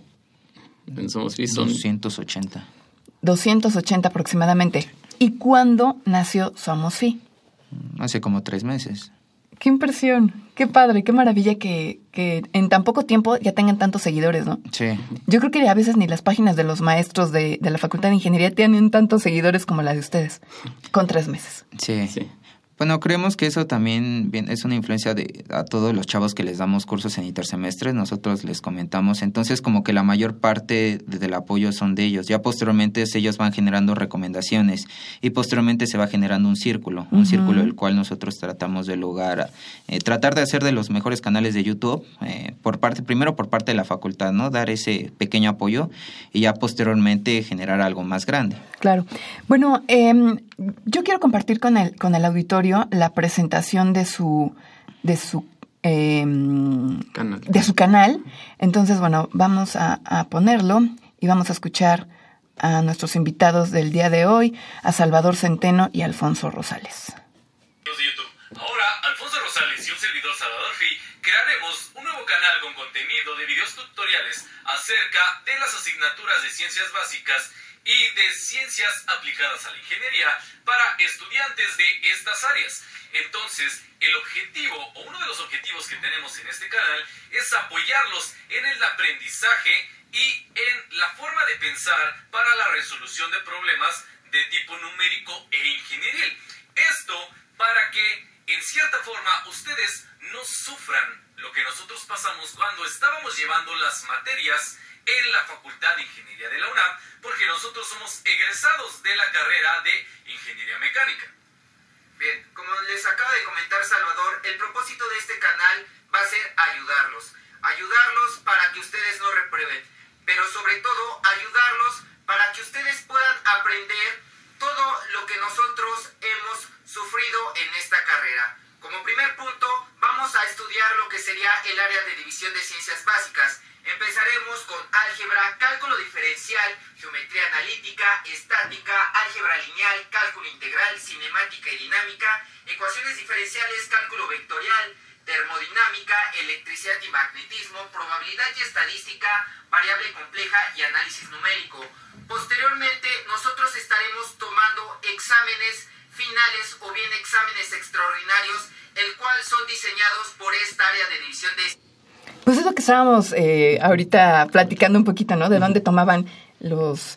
En Somos F I son doscientos ochenta. doscientos ochenta aproximadamente. ¿Y cuándo nació Somos F I? Hace como tres meses. ¡Qué impresión! ¡Qué padre! ¡Qué maravilla que, que en tan poco tiempo ya tengan tantos seguidores, ¿no? Sí. Yo creo que a veces ni las páginas de los maestros de, de la Facultad de Ingeniería tienen tantos seguidores como las de ustedes, con tres meses. Sí. Sí. Bueno, creemos que eso también bien, es una influencia de a todos los chavos que les damos cursos en intersemestres, nosotros les comentamos, entonces como que la mayor parte del apoyo son de ellos, ya posteriormente ellos van generando recomendaciones y posteriormente se va generando un círculo, un uh-huh. círculo el cual nosotros tratamos de lograr, eh, tratar de hacer de los mejores canales de YouTube, eh, por parte primero por parte de la facultad, ¿no? Dar ese pequeño apoyo y ya posteriormente generar algo más grande. Claro. Bueno, eh, yo quiero compartir con el, con el auditorio la presentación de su de su eh, canal. de su canal. Entonces, bueno, vamos a, a ponerlo y vamos a escuchar a nuestros invitados del día de hoy, a Salvador Centeno y Alfonso Rosales. De YouTube. Ahora, Alfonso Rosales y un servidor Salvador F I crearemos un nuevo canal con contenido de videos tutoriales acerca de las asignaturas de ciencias básicas y de ciencias aplicadas a la ingeniería para estudiantes de estas áreas. Entonces, el objetivo, o uno de los objetivos que tenemos en este canal, es apoyarlos en el aprendizaje y en la forma de pensar para la resolución de problemas de tipo numérico e ingenieril. Esto para que, en cierta forma, ustedes no sufran lo que nosotros pasamos cuando estábamos llevando las materias en la Facultad de Ingeniería de la UNAM, porque nosotros somos egresados de la carrera de Ingeniería Mecánica. Bien, como les acaba de comentar Salvador, el propósito de este canal va a ser ayudarlos. Ayudarlos para que ustedes no reprueben, pero sobre todo ayudarlos para que ustedes puedan aprender todo lo que nosotros hemos sufrido en esta carrera. Como primer punto, vamos a estudiar lo que sería el área de división de ciencias básicas. Empezaremos con álgebra, cálculo diferencial, geometría analítica, estática, álgebra lineal, cálculo integral, cinemática y dinámica, ecuaciones diferenciales, cálculo vectorial, termodinámica, electricidad y magnetismo, probabilidad y estadística, variable compleja y análisis numérico. Posteriormente, nosotros estaremos tomando exámenes finales o bien exámenes extraordinarios, el cual son diseñados por esta área de división de... Pues es lo que estábamos eh, ahorita platicando un poquito, ¿no? De dónde tomaban los,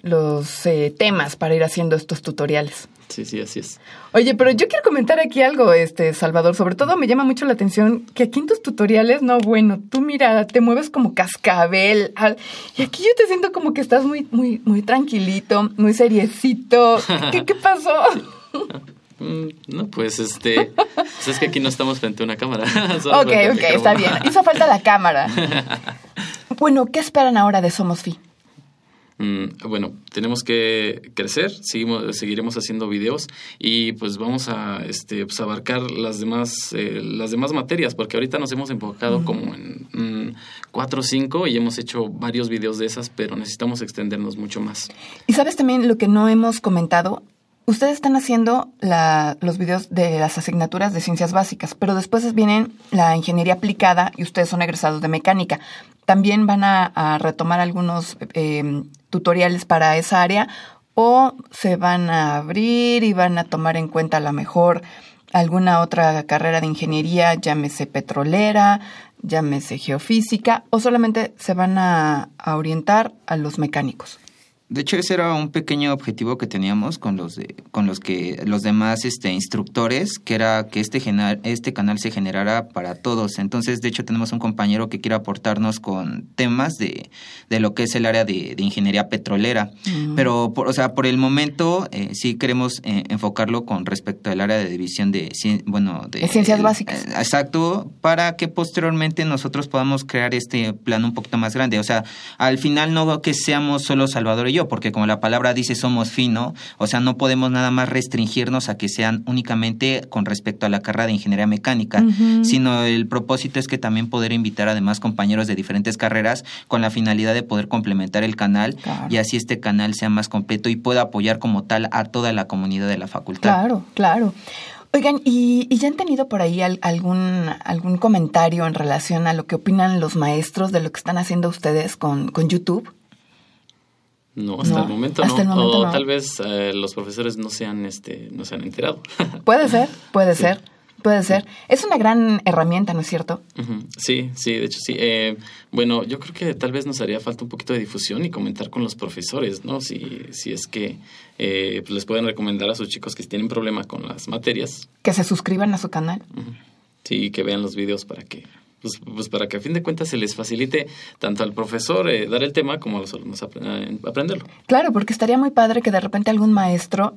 los eh, temas para ir haciendo estos tutoriales. Sí, sí, así es. Oye, pero yo quiero comentar aquí algo, este Salvador. Sobre todo me llama mucho la atención que aquí en tus tutoriales, no, bueno, tú mira, te mueves como cascabel. Al, y aquí yo te siento como que estás muy, muy, muy tranquilito, muy seriecito. ¿Qué, qué pasó? No, pues este, pues es que aquí no estamos frente a una cámara. Ok, ok, está bien. Hizo falta la cámara. Bueno, ¿qué esperan ahora de Somos F I? mm, bueno, tenemos que crecer, seguimos, seguiremos haciendo videos y pues vamos a este, pues, abarcar las demás, eh, las demás materias, porque ahorita nos hemos enfocado uh-huh. como en mm, cuatro o cinco y hemos hecho varios videos de esas, pero necesitamos extendernos mucho más. Y sabes también lo que no hemos comentado. Ustedes están haciendo la, los videos de las asignaturas de ciencias básicas, pero después vienen la ingeniería aplicada y ustedes son egresados de mecánica. ¿También van a, a retomar algunos eh, tutoriales para esa área o se van a abrir y van a tomar en cuenta a lo mejor alguna otra carrera de ingeniería, llámese petrolera, llámese geofísica, o solamente se van a, a orientar a los mecánicos? De hecho, ese era un pequeño objetivo que teníamos con los de, con los que los demás este, instructores, que era que este, gener, este canal se generara para todos. Entonces, de hecho, tenemos un compañero que quiere aportarnos con temas de, de lo que es el área de, de ingeniería petrolera. Uh-huh. Pero, por, o sea, por el momento, eh, sí queremos eh, enfocarlo con respecto al área de división de, bueno, de, de ciencias el, básicas. Eh, exacto, para que posteriormente nosotros podamos crear este plan un poquito más grande. O sea, al final no que seamos solo Salvador y yo, porque como la palabra dice, somos fino, o sea, no podemos nada más restringirnos a que sean únicamente con respecto a la carrera de ingeniería mecánica, uh-huh. sino el propósito es que también poder invitar a demás compañeros de diferentes carreras con la finalidad de poder complementar el canal, claro. y así este canal sea más completo y pueda apoyar como tal a toda la comunidad de la facultad. Claro, claro. Oigan, ¿y, y ya han tenido por ahí al, algún algún comentario en relación a lo que opinan los maestros de lo que están haciendo ustedes con, con YouTube? No, hasta no, el momento hasta no. El momento o no. tal vez eh, los profesores no se han, este, no se han enterado. Puede ser, puede sí. ser, puede ser. Sí. Es una gran herramienta, ¿no es cierto? Uh-huh. Sí, sí, de hecho sí. Eh, bueno, yo creo que tal vez nos haría falta un poquito de difusión y comentar con los profesores, ¿no? Si, si es que eh, pues les pueden recomendar a sus chicos que tienen problema con las materias. Que se suscriban a su canal. Uh-huh. Sí, que vean los videos para que... Pues, pues para que a fin de cuentas se les facilite tanto al profesor eh, dar el tema como a los alumnos ap- eh, aprenderlo. Claro, porque estaría muy padre que de repente algún maestro,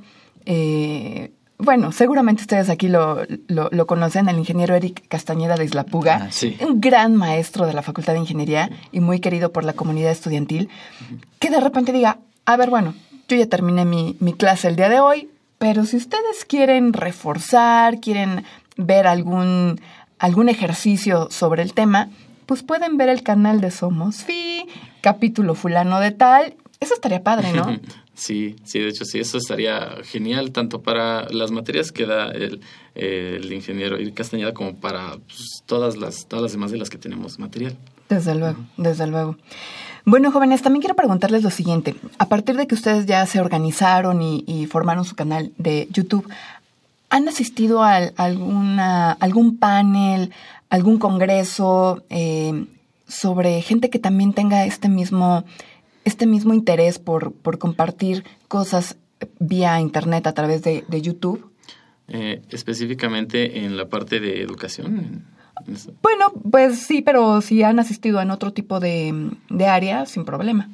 eh, bueno, seguramente ustedes aquí lo, lo, lo conocen, el ingeniero Eric Castañeda de Islapuga, ah, sí. un gran maestro de la Facultad de Ingeniería y muy querido por la comunidad estudiantil, uh-huh. que de repente diga, a ver, bueno, yo ya terminé mi, mi clase el día de hoy, pero si ustedes quieren reforzar, quieren ver algún... algún ejercicio sobre el tema, pues pueden ver el canal de Somos Fi, capítulo fulano de tal. Eso estaría padre, ¿no? Sí, sí, de hecho sí, eso estaría genial, tanto para las materias que da el, el ingeniero Eric Castañeda como para pues, todas las todas las demás de las que tenemos material. Desde luego, desde luego. Bueno, jóvenes, también quiero preguntarles lo siguiente. A partir de que ustedes ya se organizaron y, y formaron su canal de YouTube, ¿han asistido a alguna, algún panel, algún congreso eh, sobre gente que también tenga este mismo, este mismo interés por, por compartir cosas vía internet a través de, de YouTube? Eh, específicamente en la parte de educación. Bueno, pues sí, pero si han asistido en otro tipo de, de área, sin problema.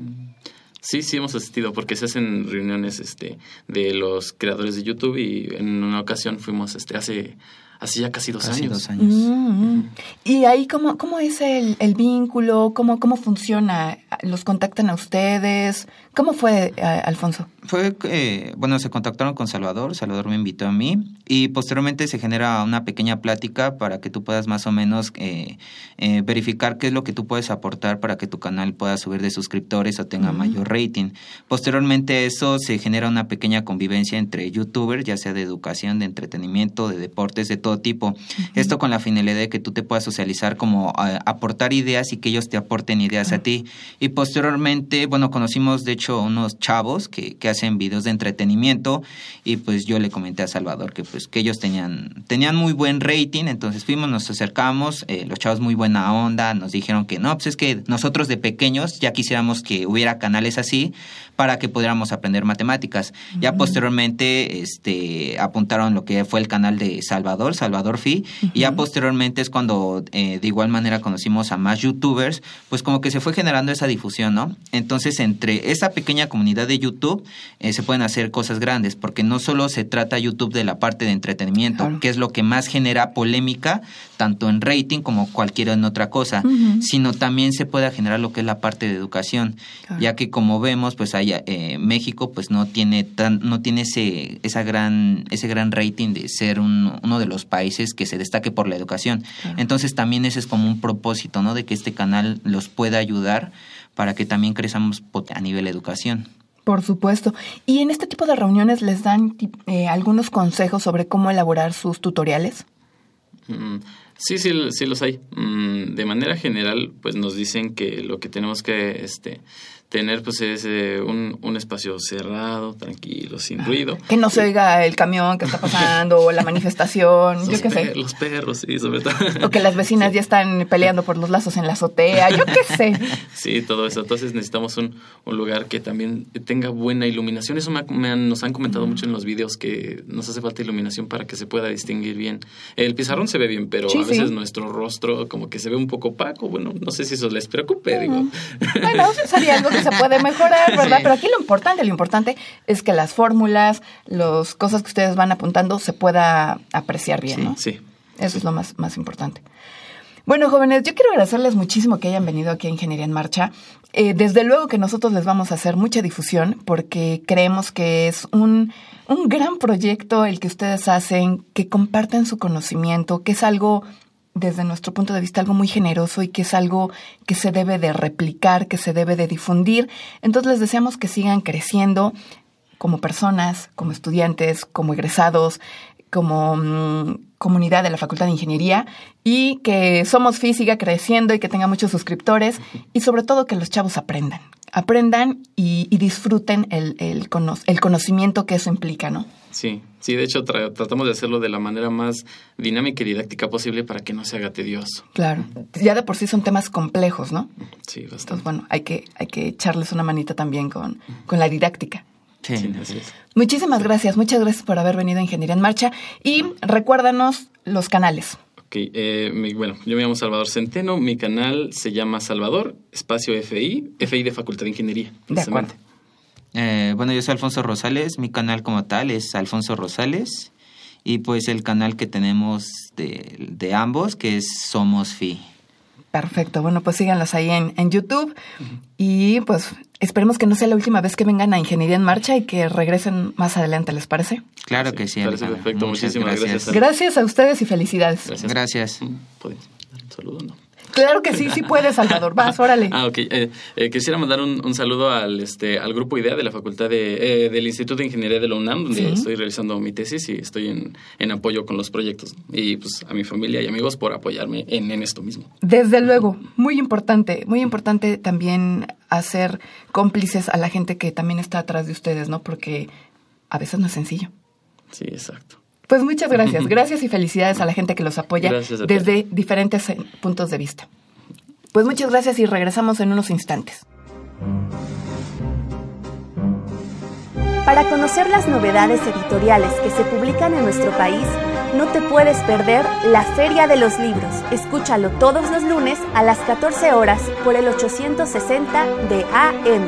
Sí, sí hemos asistido porque se hacen reuniones este, de los creadores de YouTube y en una ocasión fuimos este, hace, hace ya casi dos casi años. Dos años. Mm-hmm. Uh-huh. ¿Y ahí cómo, cómo es el, el vínculo? ¿Cómo, ¿Cómo funciona? ¿Los contactan a ustedes? ¿Cómo fue, eh, Alfonso? Fue, eh, bueno, se contactaron con Salvador, Salvador me invitó a mí y posteriormente se genera una pequeña plática para que tú puedas más o menos eh, eh, verificar qué es lo que tú puedes aportar para que tu canal pueda subir de suscriptores o tenga uh-huh. mayor rating. Posteriormente a eso se genera una pequeña convivencia entre youtubers, ya sea de educación, de entretenimiento, de deportes, de todo tipo. Uh-huh. Esto con la finalidad de que tú te puedas socializar, como uh, aportar ideas y que ellos te aporten ideas uh-huh. a ti. Y posteriormente, bueno, conocimos de hecho unos chavos que, que hacen videos de entretenimiento y pues yo le comenté a Salvador que pues que ellos tenían tenían muy buen rating, entonces fuimos, nos acercamos, eh, los chavos muy buena onda, nos dijeron que no, pues es que nosotros de pequeños ya quisiéramos que hubiera canales así para que pudiéramos aprender matemáticas. Uh-huh. Ya posteriormente este apuntaron lo que fue el canal de Salvador, Salvador Fi, uh-huh. y ya posteriormente es cuando eh, de igual manera conocimos a más youtubers, pues como que se fue generando esa difusión, ¿no? Entonces, entre esa pequeña comunidad de YouTube eh, se pueden hacer cosas grandes, porque no solo se trata YouTube de la parte de entretenimiento, claro. que es lo que más genera polémica, tanto en rating como cualquier en otra cosa, uh-huh. sino también se puede generar lo que es la parte de educación, claro. ya que como vemos, pues hay, eh, México pues no tiene tan, no tiene ese, esa gran, ese gran rating de ser un, uno de los países que se destaque por la educación. Claro. Entonces también ese es como un propósito, ¿no? De que este canal los pueda ayudar para que también crezamos a nivel educación. Por supuesto. ¿Y en este tipo de reuniones les dan eh, algunos consejos sobre cómo elaborar sus tutoriales? Mm, sí, sí, sí los hay. Mm, de manera general, pues nos dicen que lo que tenemos que este, tener pues es eh, un, un espacio cerrado, tranquilo, sin ruido. Que no se oiga el camión que está pasando o la manifestación, los yo qué per- sé. Los perros, sí, sobre todo. O que las vecinas sí. ya están peleando por los lazos en la azotea, yo qué sé. Sí, todo eso. Entonces necesitamos un, un lugar que también tenga buena iluminación. Eso me, ha, me han, nos han comentado mm. mucho en los videos, que nos hace falta iluminación para que se pueda distinguir bien. El pizarrón se ve bien, pero sí, a veces sí. nuestro rostro como que se ve un poco opaco. Bueno, no sé si eso les preocupe, mm. digo. Bueno, eso sería algo que se puede mejorar, ¿verdad? Sí. Pero aquí lo importante, lo importante es que las fórmulas, las cosas que ustedes van apuntando se pueda apreciar bien, sí, ¿no? Sí. Eso sí. es lo más, más importante. Bueno, jóvenes, yo quiero agradecerles muchísimo que hayan venido aquí a Ingeniería en Marcha. Eh, desde luego que nosotros les vamos a hacer mucha difusión porque creemos que es un, un gran proyecto el que ustedes hacen, que comparten su conocimiento, que es algo, desde nuestro punto de vista, algo muy generoso y que es algo que se debe de replicar, que se debe de difundir. Entonces les deseamos que sigan creciendo como personas, como estudiantes, como egresados, como mmm, comunidad de la Facultad de Ingeniería, y que Somos Fi siga creciendo y que tenga muchos suscriptores, y sobre todo que los chavos aprendan, aprendan y, y disfruten el, el, cono- el conocimiento que eso implica, ¿no? Sí, sí, de hecho tra- tratamos de hacerlo de la manera más dinámica y didáctica posible para que no se haga tedioso. Claro, ya de por sí son temas complejos, ¿no? Sí, bastante. Entonces, bueno, hay que, hay que echarles una manita también con, con la didáctica. Sí, sí, así es. Muchísimas gracias, muchas gracias por haber venido a Ingeniería en Marcha y recuérdanos los canales. Ok, eh, mi, bueno, yo me llamo Salvador Centeno, mi canal se llama Salvador, espacio F I, F I de Facultad de Ingeniería. De acuerdo. Eh, bueno, yo soy Alfonso Rosales, mi canal como tal es Alfonso Rosales y pues el canal que tenemos de, de ambos que es Somos Fi. Perfecto, bueno, pues síganlos ahí en, en YouTube uh-huh. y pues esperemos que no sea la última vez que vengan a Ingeniería en Marcha y que regresen más adelante, ¿les parece? Claro sí, que sí. Parece Alejandra. perfecto, Muchas muchísimas gracias. gracias. Gracias a ustedes y felicidades. Gracias. Gracias. ¿Podemos dar un saludo o no? Claro que sí, sí puedes, Salvador. Vas, órale. Ah, ok. Eh, eh, quisiera mandar un, un saludo al este al grupo IDEA de la Facultad de eh, del Instituto de Ingeniería de la UNAM, donde ¿sí? estoy realizando mi tesis y estoy en, en apoyo con los proyectos. Y pues a mi familia y amigos por apoyarme en, en esto mismo. Desde luego, muy importante, muy importante también hacer cómplices a la gente que también está atrás de ustedes, ¿no? Porque a veces no es sencillo. Sí, exacto. Pues muchas gracias. Gracias y felicidades a la gente que los apoya desde diferentes puntos de vista. Pues muchas gracias y regresamos en unos instantes. Para conocer las novedades editoriales que se publican en nuestro país, no te puedes perder la Feria de los Libros. Escúchalo todos los lunes a las catorce horas por el ochocientos sesenta de A M.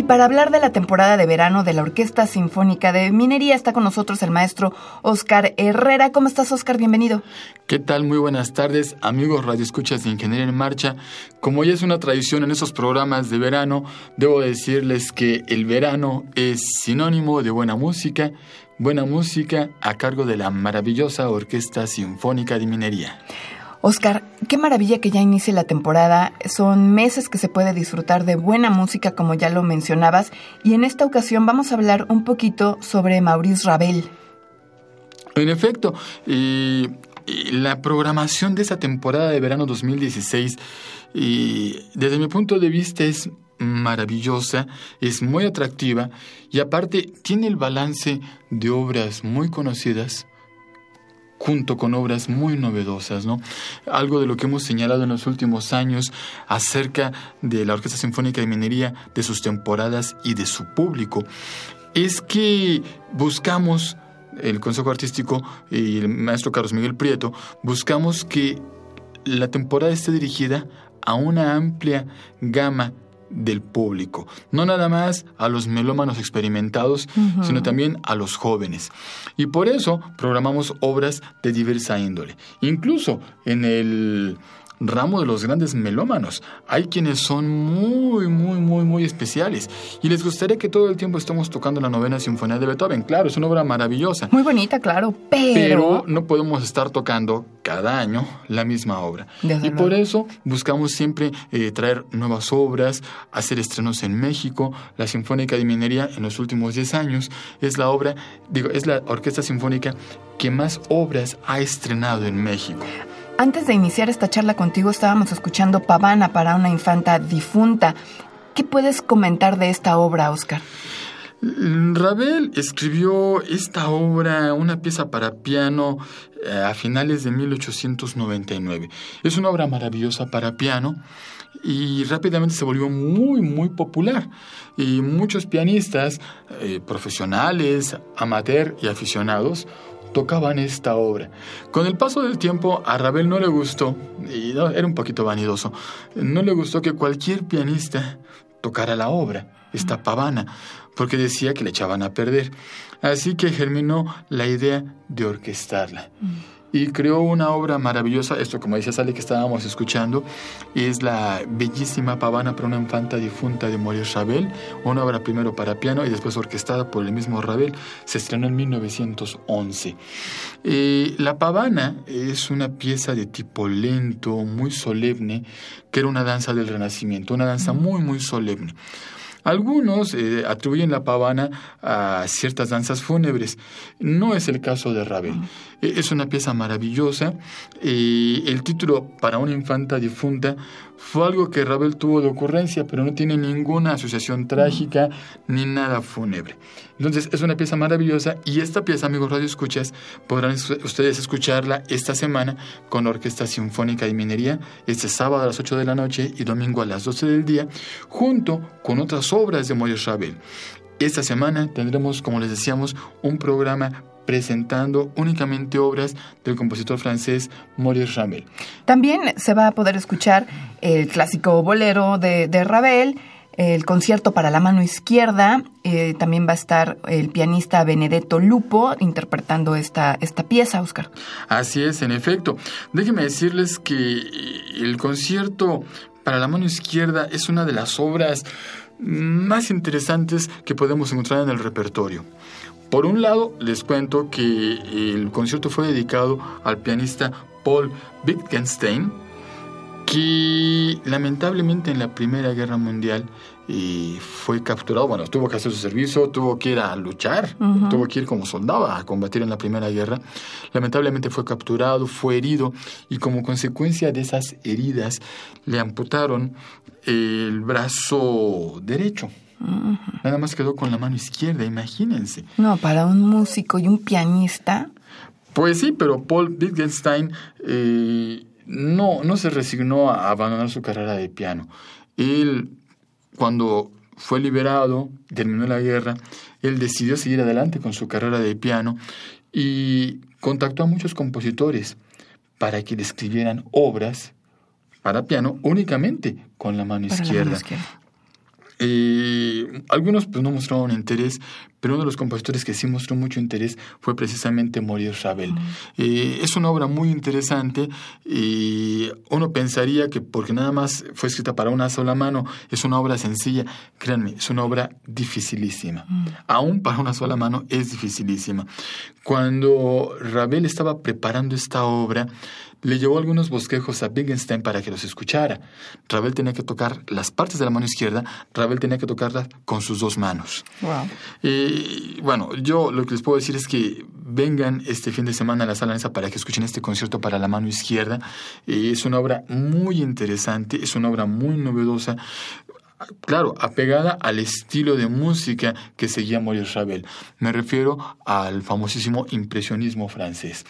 para hablar de la temporada de verano de la Orquesta Sinfónica de Minería está con nosotros el maestro Óscar Herrera. ¿Cómo estás, Óscar? Bienvenido. ¿Qué tal? Muy buenas tardes, amigos radioescuchas de Ingeniería en Marcha. Como ya es una tradición en esos programas de verano, debo decirles que el verano es sinónimo de buena música, buena música a cargo de la maravillosa Orquesta Sinfónica de Minería. Óscar, qué maravilla que ya inicie la temporada. Son meses que se puede disfrutar de buena música, como ya lo mencionabas, y en esta ocasión vamos a hablar un poquito sobre Maurice Ravel. En efecto, y, y la programación de esta temporada de verano dos mil dieciséis, y desde mi punto de vista es maravillosa, es muy atractiva y aparte tiene el balance de obras muy conocidas junto con obras muy novedosas, ¿no? Algo de lo que hemos señalado en los últimos años acerca de la Orquesta Sinfónica de Minería, de sus temporadas y de su público, es que buscamos, el Consejo Artístico y el maestro Carlos Miguel Prieto, buscamos que la temporada esté dirigida a una amplia gama del público, no nada más a los melómanos experimentados, uh-huh. sino también a los jóvenes. Y por eso programamos obras de diversa índole. Incluso en el ramo de los grandes melómanos hay quienes son muy, muy, muy, muy especiales y les gustaría que todo el tiempo estemos tocando la novena sinfonía de Beethoven. Claro, es una obra maravillosa. Muy bonita, claro, pero... Pero no podemos estar tocando cada año la misma obra. Desde y luego. Por eso buscamos siempre eh, traer nuevas obras, hacer estrenos en México. La Sinfónica de Minería en los últimos diez años es la obra, digo, es la orquesta sinfónica que más obras ha estrenado en México. Antes de iniciar esta charla contigo estábamos escuchando Pavana para una infanta difunta. ¿Qué puedes comentar de esta obra, Óscar? Ravel escribió esta obra, una pieza para piano, eh, a finales de mil ochocientos noventa y nueve. Es una obra maravillosa para piano y rápidamente se volvió muy, muy popular. Y muchos pianistas, eh, profesionales, amateur y aficionados, tocaban esta obra. Con el paso del tiempo a Ravel no le gustó, y no, era un poquito vanidoso, no le gustó que cualquier pianista tocara la obra, esta Pavana, porque decía que le echaban a perder. Así que germinó la idea de orquestarla. Y creó una obra maravillosa, esto como decía Sale que estábamos escuchando, es la bellísima Pavana para una infanta difunta de Maurice Ravel, una obra primero para piano y después orquestada por el mismo Ravel. Se estrenó en mil novecientos once. Eh, la Pavana es una pieza de tipo lento, muy solemne, que era una danza del Renacimiento, una danza muy, muy solemne. Algunos eh, atribuyen la Pavana a ciertas danzas fúnebres. No es el caso de Ravel. Eh, es una pieza maravillosa. Eh, el título para una infanta difunta fue algo que Ravel tuvo de ocurrencia, pero no tiene ninguna asociación trágica ni nada fúnebre. Entonces es una pieza maravillosa y esta pieza, amigos radioescuchas, podrán ustedes escucharla esta semana con la Orquesta Sinfónica de Minería, este sábado a las ocho de la noche y domingo a las doce del día, junto con otras obras de Maurice Ravel. Esta semana tendremos, como les decíamos, un programa presentando únicamente obras del compositor francés Maurice Ravel. También se va a poder escuchar el clásico bolero de, de Ravel, el concierto para la mano izquierda. Eh, también va a estar el pianista Benedetto Lupo interpretando esta, esta pieza, Óscar. Así es, en efecto. Déjenme decirles que el concierto para la mano izquierda es una de las obras más interesantes que podemos encontrar en el repertorio. Por un lado, les cuento que el concierto fue dedicado al pianista Paul Wittgenstein, que lamentablemente en la Primera Guerra Mundial eh, fue capturado. Bueno, tuvo que hacer su servicio, tuvo que ir a luchar, uh-huh. tuvo que ir como soldado a combatir en la Primera Guerra. Lamentablemente fue capturado, fue herido y como consecuencia de esas heridas le amputaron el brazo derecho. Uh-huh. Nada más quedó con la mano izquierda, imagínense. No, para un músico y un pianista. Pues sí, pero Paul Wittgenstein eh, no, no se resignó a abandonar su carrera de piano. Él, cuando fue liberado, terminó la guerra, él decidió seguir adelante con su carrera de piano y contactó a muchos compositores para que le escribieran obras para piano únicamente con la mano, izquierda. la mano izquierda. Eh, algunos pues no mostraron interés, pero uno de los compositores que sí mostró mucho interés fue precisamente Maurice Ravel. Mm. Eh, es una obra muy interesante y uno pensaría que porque nada más fue escrita para una sola mano, es una obra sencilla. Créanme, es una obra dificilísima. Mm. Aún para una sola mano es dificilísima. Cuando Ravel estaba preparando esta obra, le llevó algunos bosquejos a Wittgenstein para que los escuchara. Ravel tenía que tocar las partes de la mano izquierda, Ravel tenía que tocarlas con sus dos manos. Wow. Eh, bueno, yo lo que les puedo decir es que vengan este fin de semana a la Sala Nesa para que escuchen este concierto para la mano izquierda. Eh, es una obra muy interesante, es una obra muy novedosa. Claro, apegada al estilo de música que seguía Maurice Ravel. Me refiero al famosísimo impresionismo francés.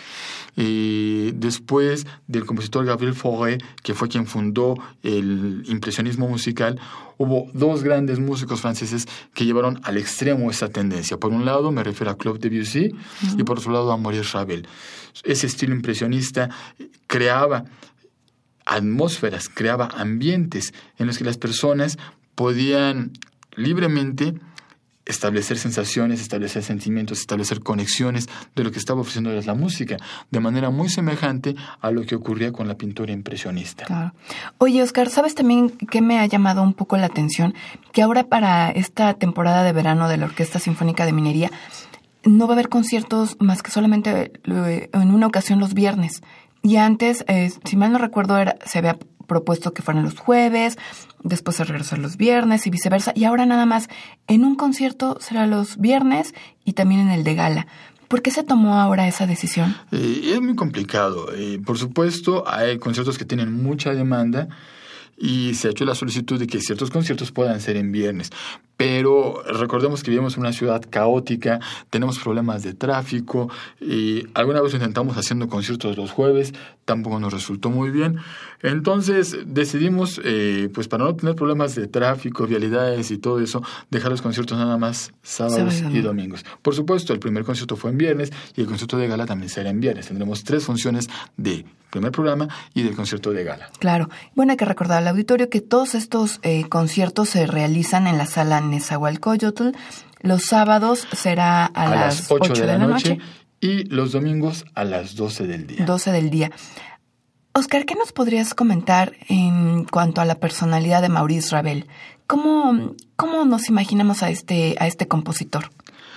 Eh, después del compositor Gabriel Fauré, que fue quien fundó el impresionismo musical, hubo dos grandes músicos franceses que llevaron al extremo esa tendencia. Por un lado me refiero a Claude Debussy uh-huh. y por otro lado a Maurice Ravel. Ese estilo impresionista creaba atmósferas, creaba ambientes en los que las personas podían libremente establecer sensaciones, establecer sentimientos, establecer conexiones de lo que estaba ofreciéndoles la música, de manera muy semejante a lo que ocurría con la pintura impresionista. Claro. Oye, Oscar, ¿sabes también qué me ha llamado un poco la atención? Que ahora para esta temporada de verano de la Orquesta Sinfónica de Minería no va a haber conciertos más que solamente en una ocasión los viernes. Y antes, eh, si mal no recuerdo, era, se había propuesto que fueran los jueves, después se regresó los viernes y viceversa. Y ahora nada más, en un concierto será los viernes y también en el de gala. ¿Por qué se tomó ahora esa decisión? Eh, es muy complicado. Eh, por supuesto, hay conciertos que tienen mucha demanda y se ha hecho la solicitud de que ciertos conciertos puedan ser en viernes. Pero recordemos que vivimos en una ciudad caótica, tenemos problemas de tráfico y alguna vez intentamos haciendo conciertos los jueves, tampoco nos resultó muy bien. Entonces decidimos, eh, pues para no tener problemas de tráfico, vialidades y todo eso, dejar los conciertos nada más sábados sí, y domingos. Por supuesto, el primer concierto fue en viernes y el concierto de gala también será en viernes. Tendremos tres funciones de primer programa y del concierto de gala. Claro. Bueno, hay que recordar al auditorio que todos estos eh, conciertos se realizan en la sala Nezahualcóyotl. Los sábados será a, a las, las ocho de la noche, noche y los domingos a las doce del día. doce del día. Oscar, ¿qué nos podrías comentar en cuanto a la personalidad de Maurice Ravel? ¿Cómo, cómo nos imaginamos a este, a este compositor?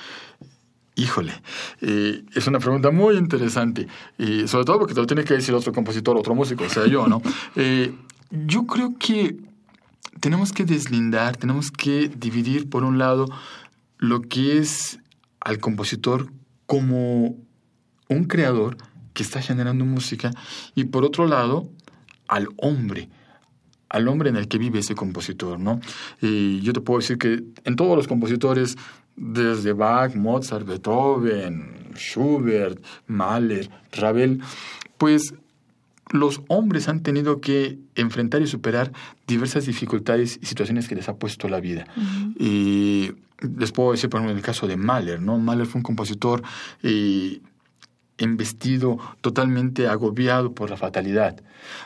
Híjole, eh, es una pregunta muy interesante, eh, sobre todo porque te lo tiene que decir otro compositor, otro músico, o sea, yo, ¿no? Eh, yo creo que tenemos que deslindar, tenemos que dividir, por un lado, lo que es al compositor como un creador que está generando música y, por otro lado, al hombre, al hombre en el que vive ese compositor, ¿no? Y yo te puedo decir que en todos los compositores, desde Bach, Mozart, Beethoven, Schubert, Mahler, Ravel, pues los hombres han tenido que enfrentar y superar diversas dificultades y situaciones que les ha puesto la vida. Uh-huh. Y les puedo decir, por ejemplo, en el caso de Mahler, ¿no? Mahler fue un compositor eh, embestido, totalmente agobiado por la fatalidad.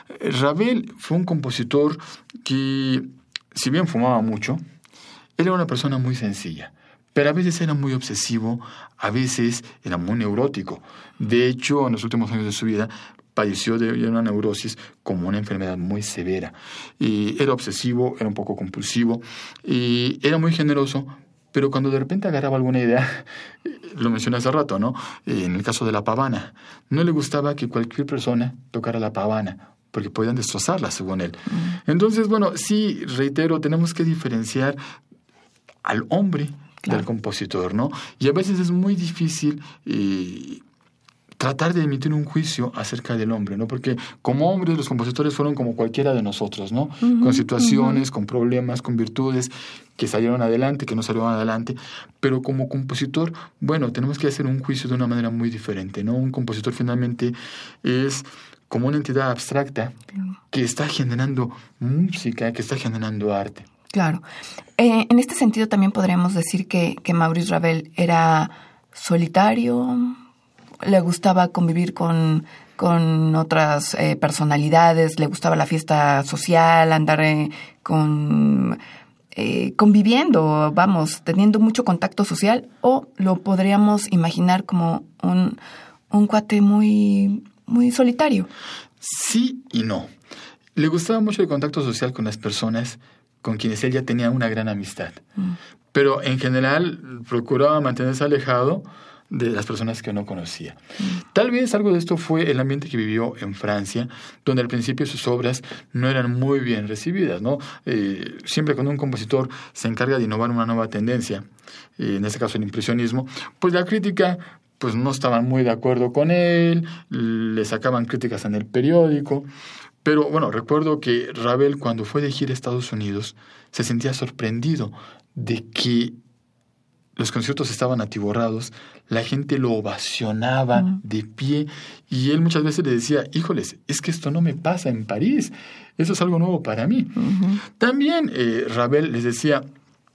Ravel fue un compositor que, si bien fumaba mucho, él era una persona muy sencilla. Pero a veces era muy obsesivo, a veces era muy neurótico. De hecho, en los últimos años de su vida, padeció de una neurosis como una enfermedad muy severa. Y era obsesivo, era un poco compulsivo, y era muy generoso, pero cuando de repente agarraba alguna idea, lo mencioné hace rato, ¿no? En el caso de la pavana, no le gustaba que cualquier persona tocara la pavana, porque podían destrozarla, según él. Mm. Entonces, bueno, sí, reitero, tenemos que diferenciar al hombre Claro. del compositor, ¿no? Y a veces es muy difícil eh, tratar de emitir un juicio acerca del hombre, ¿no? Porque como hombres los compositores fueron como cualquiera de nosotros, ¿no? Uh-huh, con situaciones, uh-huh. con problemas, con virtudes que salieron adelante, que no salieron adelante. Pero como compositor, bueno, tenemos que hacer un juicio de una manera muy diferente, ¿no? Un compositor finalmente es como una entidad abstracta que está generando música, que está generando arte. Claro. Eh, en este sentido también podríamos decir que, que Maurice Ravel era solitario, le gustaba convivir con, con otras eh, personalidades, le gustaba la fiesta social, andar eh, con eh, conviviendo, vamos, teniendo mucho contacto social, o lo podríamos imaginar como un, un cuate muy, muy solitario. Sí y no. Le gustaba mucho el contacto social con las personas con quienes él ya tenía una gran amistad. Mm. Pero en general procuraba mantenerse alejado de las personas que no conocía. Mm. Tal vez algo de esto fue el ambiente que vivió en Francia, donde al principio sus obras no eran muy bien recibidas, ¿no? Eh, siempre cuando un compositor se encarga de innovar una nueva tendencia, eh, en este caso el impresionismo, pues la crítica pues no estaban muy de acuerdo con él, le sacaban críticas en el periódico. Pero bueno, recuerdo que Ravel, cuando fue de gira a Estados Unidos, se sentía sorprendido de que los conciertos estaban atiborrados, la gente lo ovacionaba uh-huh. de pie, y él muchas veces le decía, híjoles, es que esto no me pasa en París, eso es algo nuevo para mí. Uh-huh. También eh, Ravel les decía,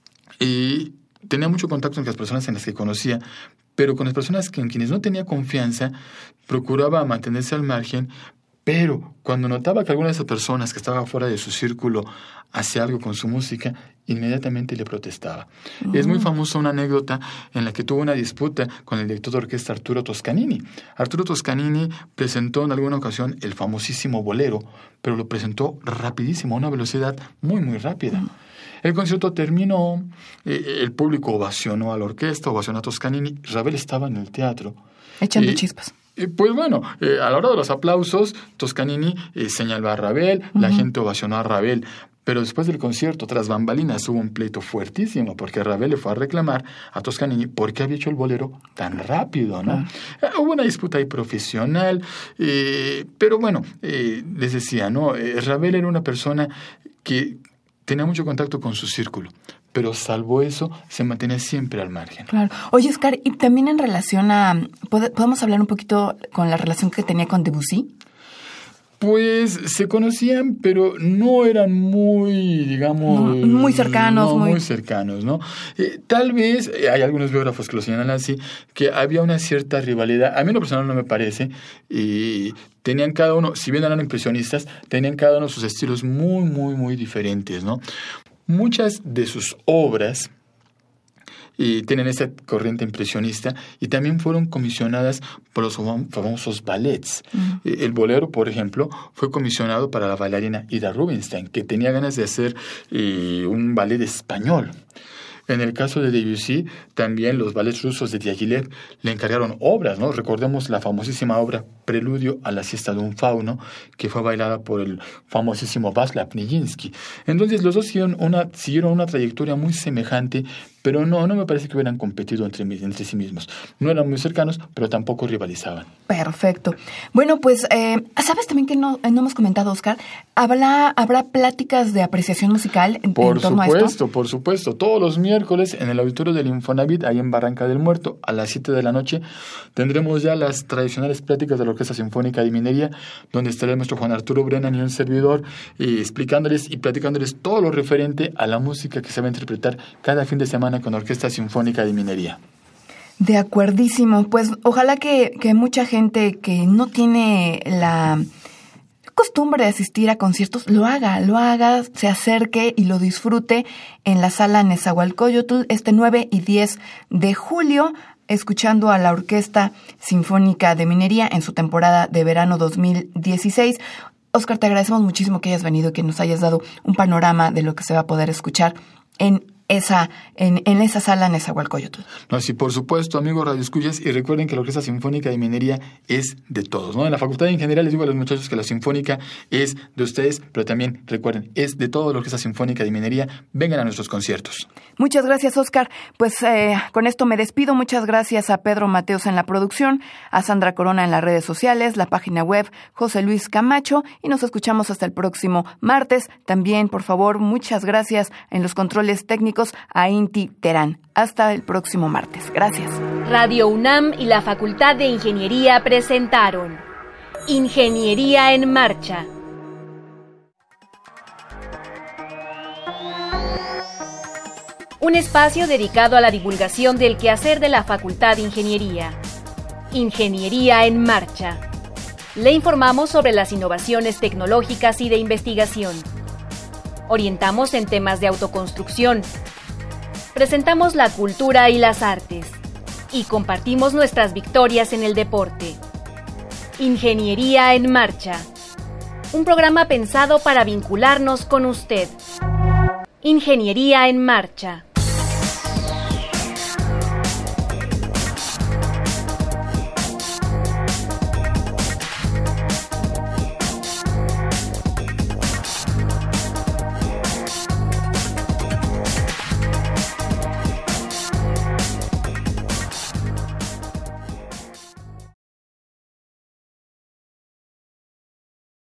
eh, tenía mucho contacto con las personas en las que conocía, pero con las personas con quienes no tenía confianza, procuraba mantenerse al margen. Pero cuando notaba que alguna de esas personas que estaba fuera de su círculo hacía algo con su música, inmediatamente le protestaba. Uh-huh. Es muy famosa una anécdota en la que tuvo una disputa con el director de orquesta Arturo Toscanini. Arturo Toscanini presentó en alguna ocasión el famosísimo Bolero, pero lo presentó rapidísimo, a una velocidad muy, muy rápida. Uh-huh. El concierto terminó, eh, el público ovacionó a la orquesta, ovacionó a Toscanini. Ravel estaba en el teatro. Echando y, chispas. Pues bueno, eh, a la hora de los aplausos, Toscanini eh, señaló a Ravel, uh-huh. la gente ovacionó a Ravel, pero después del concierto, tras bambalinas, hubo un pleito fuertísimo, porque Ravel le fue a reclamar a Toscanini por qué había hecho el bolero tan rápido, ¿no? Uh-huh. Eh, hubo una disputa ahí profesional, eh, pero bueno, eh, les decía, ¿no? Eh, Ravel era una persona que tenía mucho contacto con su círculo, pero salvo eso, se mantenía siempre al margen. Claro. Oye, Oscar, y también en relación a... ¿podemos hablar un poquito con la relación que tenía con Debussy? Pues se conocían, pero no eran muy, digamos... No, muy cercanos. No, muy... muy cercanos, ¿no? Eh, tal vez, eh, hay algunos biógrafos que lo señalan así, que había una cierta rivalidad. A mí en lo personal no me parece. Y tenían cada uno, si bien eran impresionistas, tenían cada uno sus estilos muy, muy, muy diferentes, ¿no? Muchas de sus obras y tienen esa corriente impresionista y también fueron comisionadas por los famosos ballets. Uh-huh. El Bolero, por ejemplo, fue comisionado para la bailarina Ida Rubinstein, que tenía ganas de hacer eh, un ballet español. En el caso de Debussy, también los ballets rusos de Diaghilev le encargaron obras, ¿no? Recordemos la famosísima obra Preludio a la siesta de un fauno, que fue bailada por el famosísimo Václav Nijinsky. Entonces, los dos siguieron una, siguieron una trayectoria muy semejante, pero no, no me parece que hubieran competido entre, entre sí mismos. No eran muy cercanos, pero tampoco rivalizaban. Perfecto. Bueno, pues, eh, ¿sabes también que no, no hemos comentado, Oscar? ¿Habrá, ¿Habrá pláticas de apreciación musical en, por en torno supuesto, a esto? Por supuesto. Todos los miércoles en el auditorio del Infonavit, ahí en Barranca del Muerto, a las siete de la noche, tendremos ya las tradicionales pláticas de la Orquesta Sinfónica de Minería, donde estará nuestro Juan Arturo Brennan y un servidor eh, explicándoles y platicándoles todo lo referente a la música que se va a interpretar cada fin de semana con la Orquesta Sinfónica de Minería. De acuerdísimo. Pues ojalá que, que mucha gente que no tiene la costumbre de asistir a conciertos lo haga, lo haga, se acerque y lo disfrute en la Sala Nezahualcóyotl este nueve y diez de julio, escuchando a la Orquesta Sinfónica de Minería en su temporada de verano dos mil dieciséis. Oscar, te agradecemos muchísimo que hayas venido y que nos hayas dado un panorama de lo que se va a poder escuchar en esa en, en esa sala Nezahualcóyotl. No, sí, por supuesto, amigos radioescuchas, y recuerden que la Orquesta Sinfónica de Minería es de todos, ¿no? En la facultad en general les digo a los muchachos que la Sinfónica es de ustedes, pero también recuerden, es de toda la Orquesta Sinfónica de Minería. Vengan a nuestros conciertos. Muchas gracias, Oscar. Pues eh, con esto me despido. Muchas gracias a Pedro Mateos en la producción, a Sandra Corona en las redes sociales, la página web José Luis Camacho, y nos escuchamos hasta el próximo martes. También, por favor, muchas gracias en los controles técnicos a Inti Terán. Hasta el próximo martes. Gracias. Radio UNAM y la Facultad de Ingeniería presentaron Ingeniería en Marcha. Un espacio dedicado a la divulgación del quehacer de la Facultad de Ingeniería. Ingeniería en Marcha. Le informamos sobre las innovaciones tecnológicas y de investigación. Orientamos en temas de autoconstrucción. Presentamos la cultura y las artes. Y compartimos nuestras victorias en el deporte. Ingeniería en Marcha. Un programa pensado para vincularnos con usted. Ingeniería en Marcha.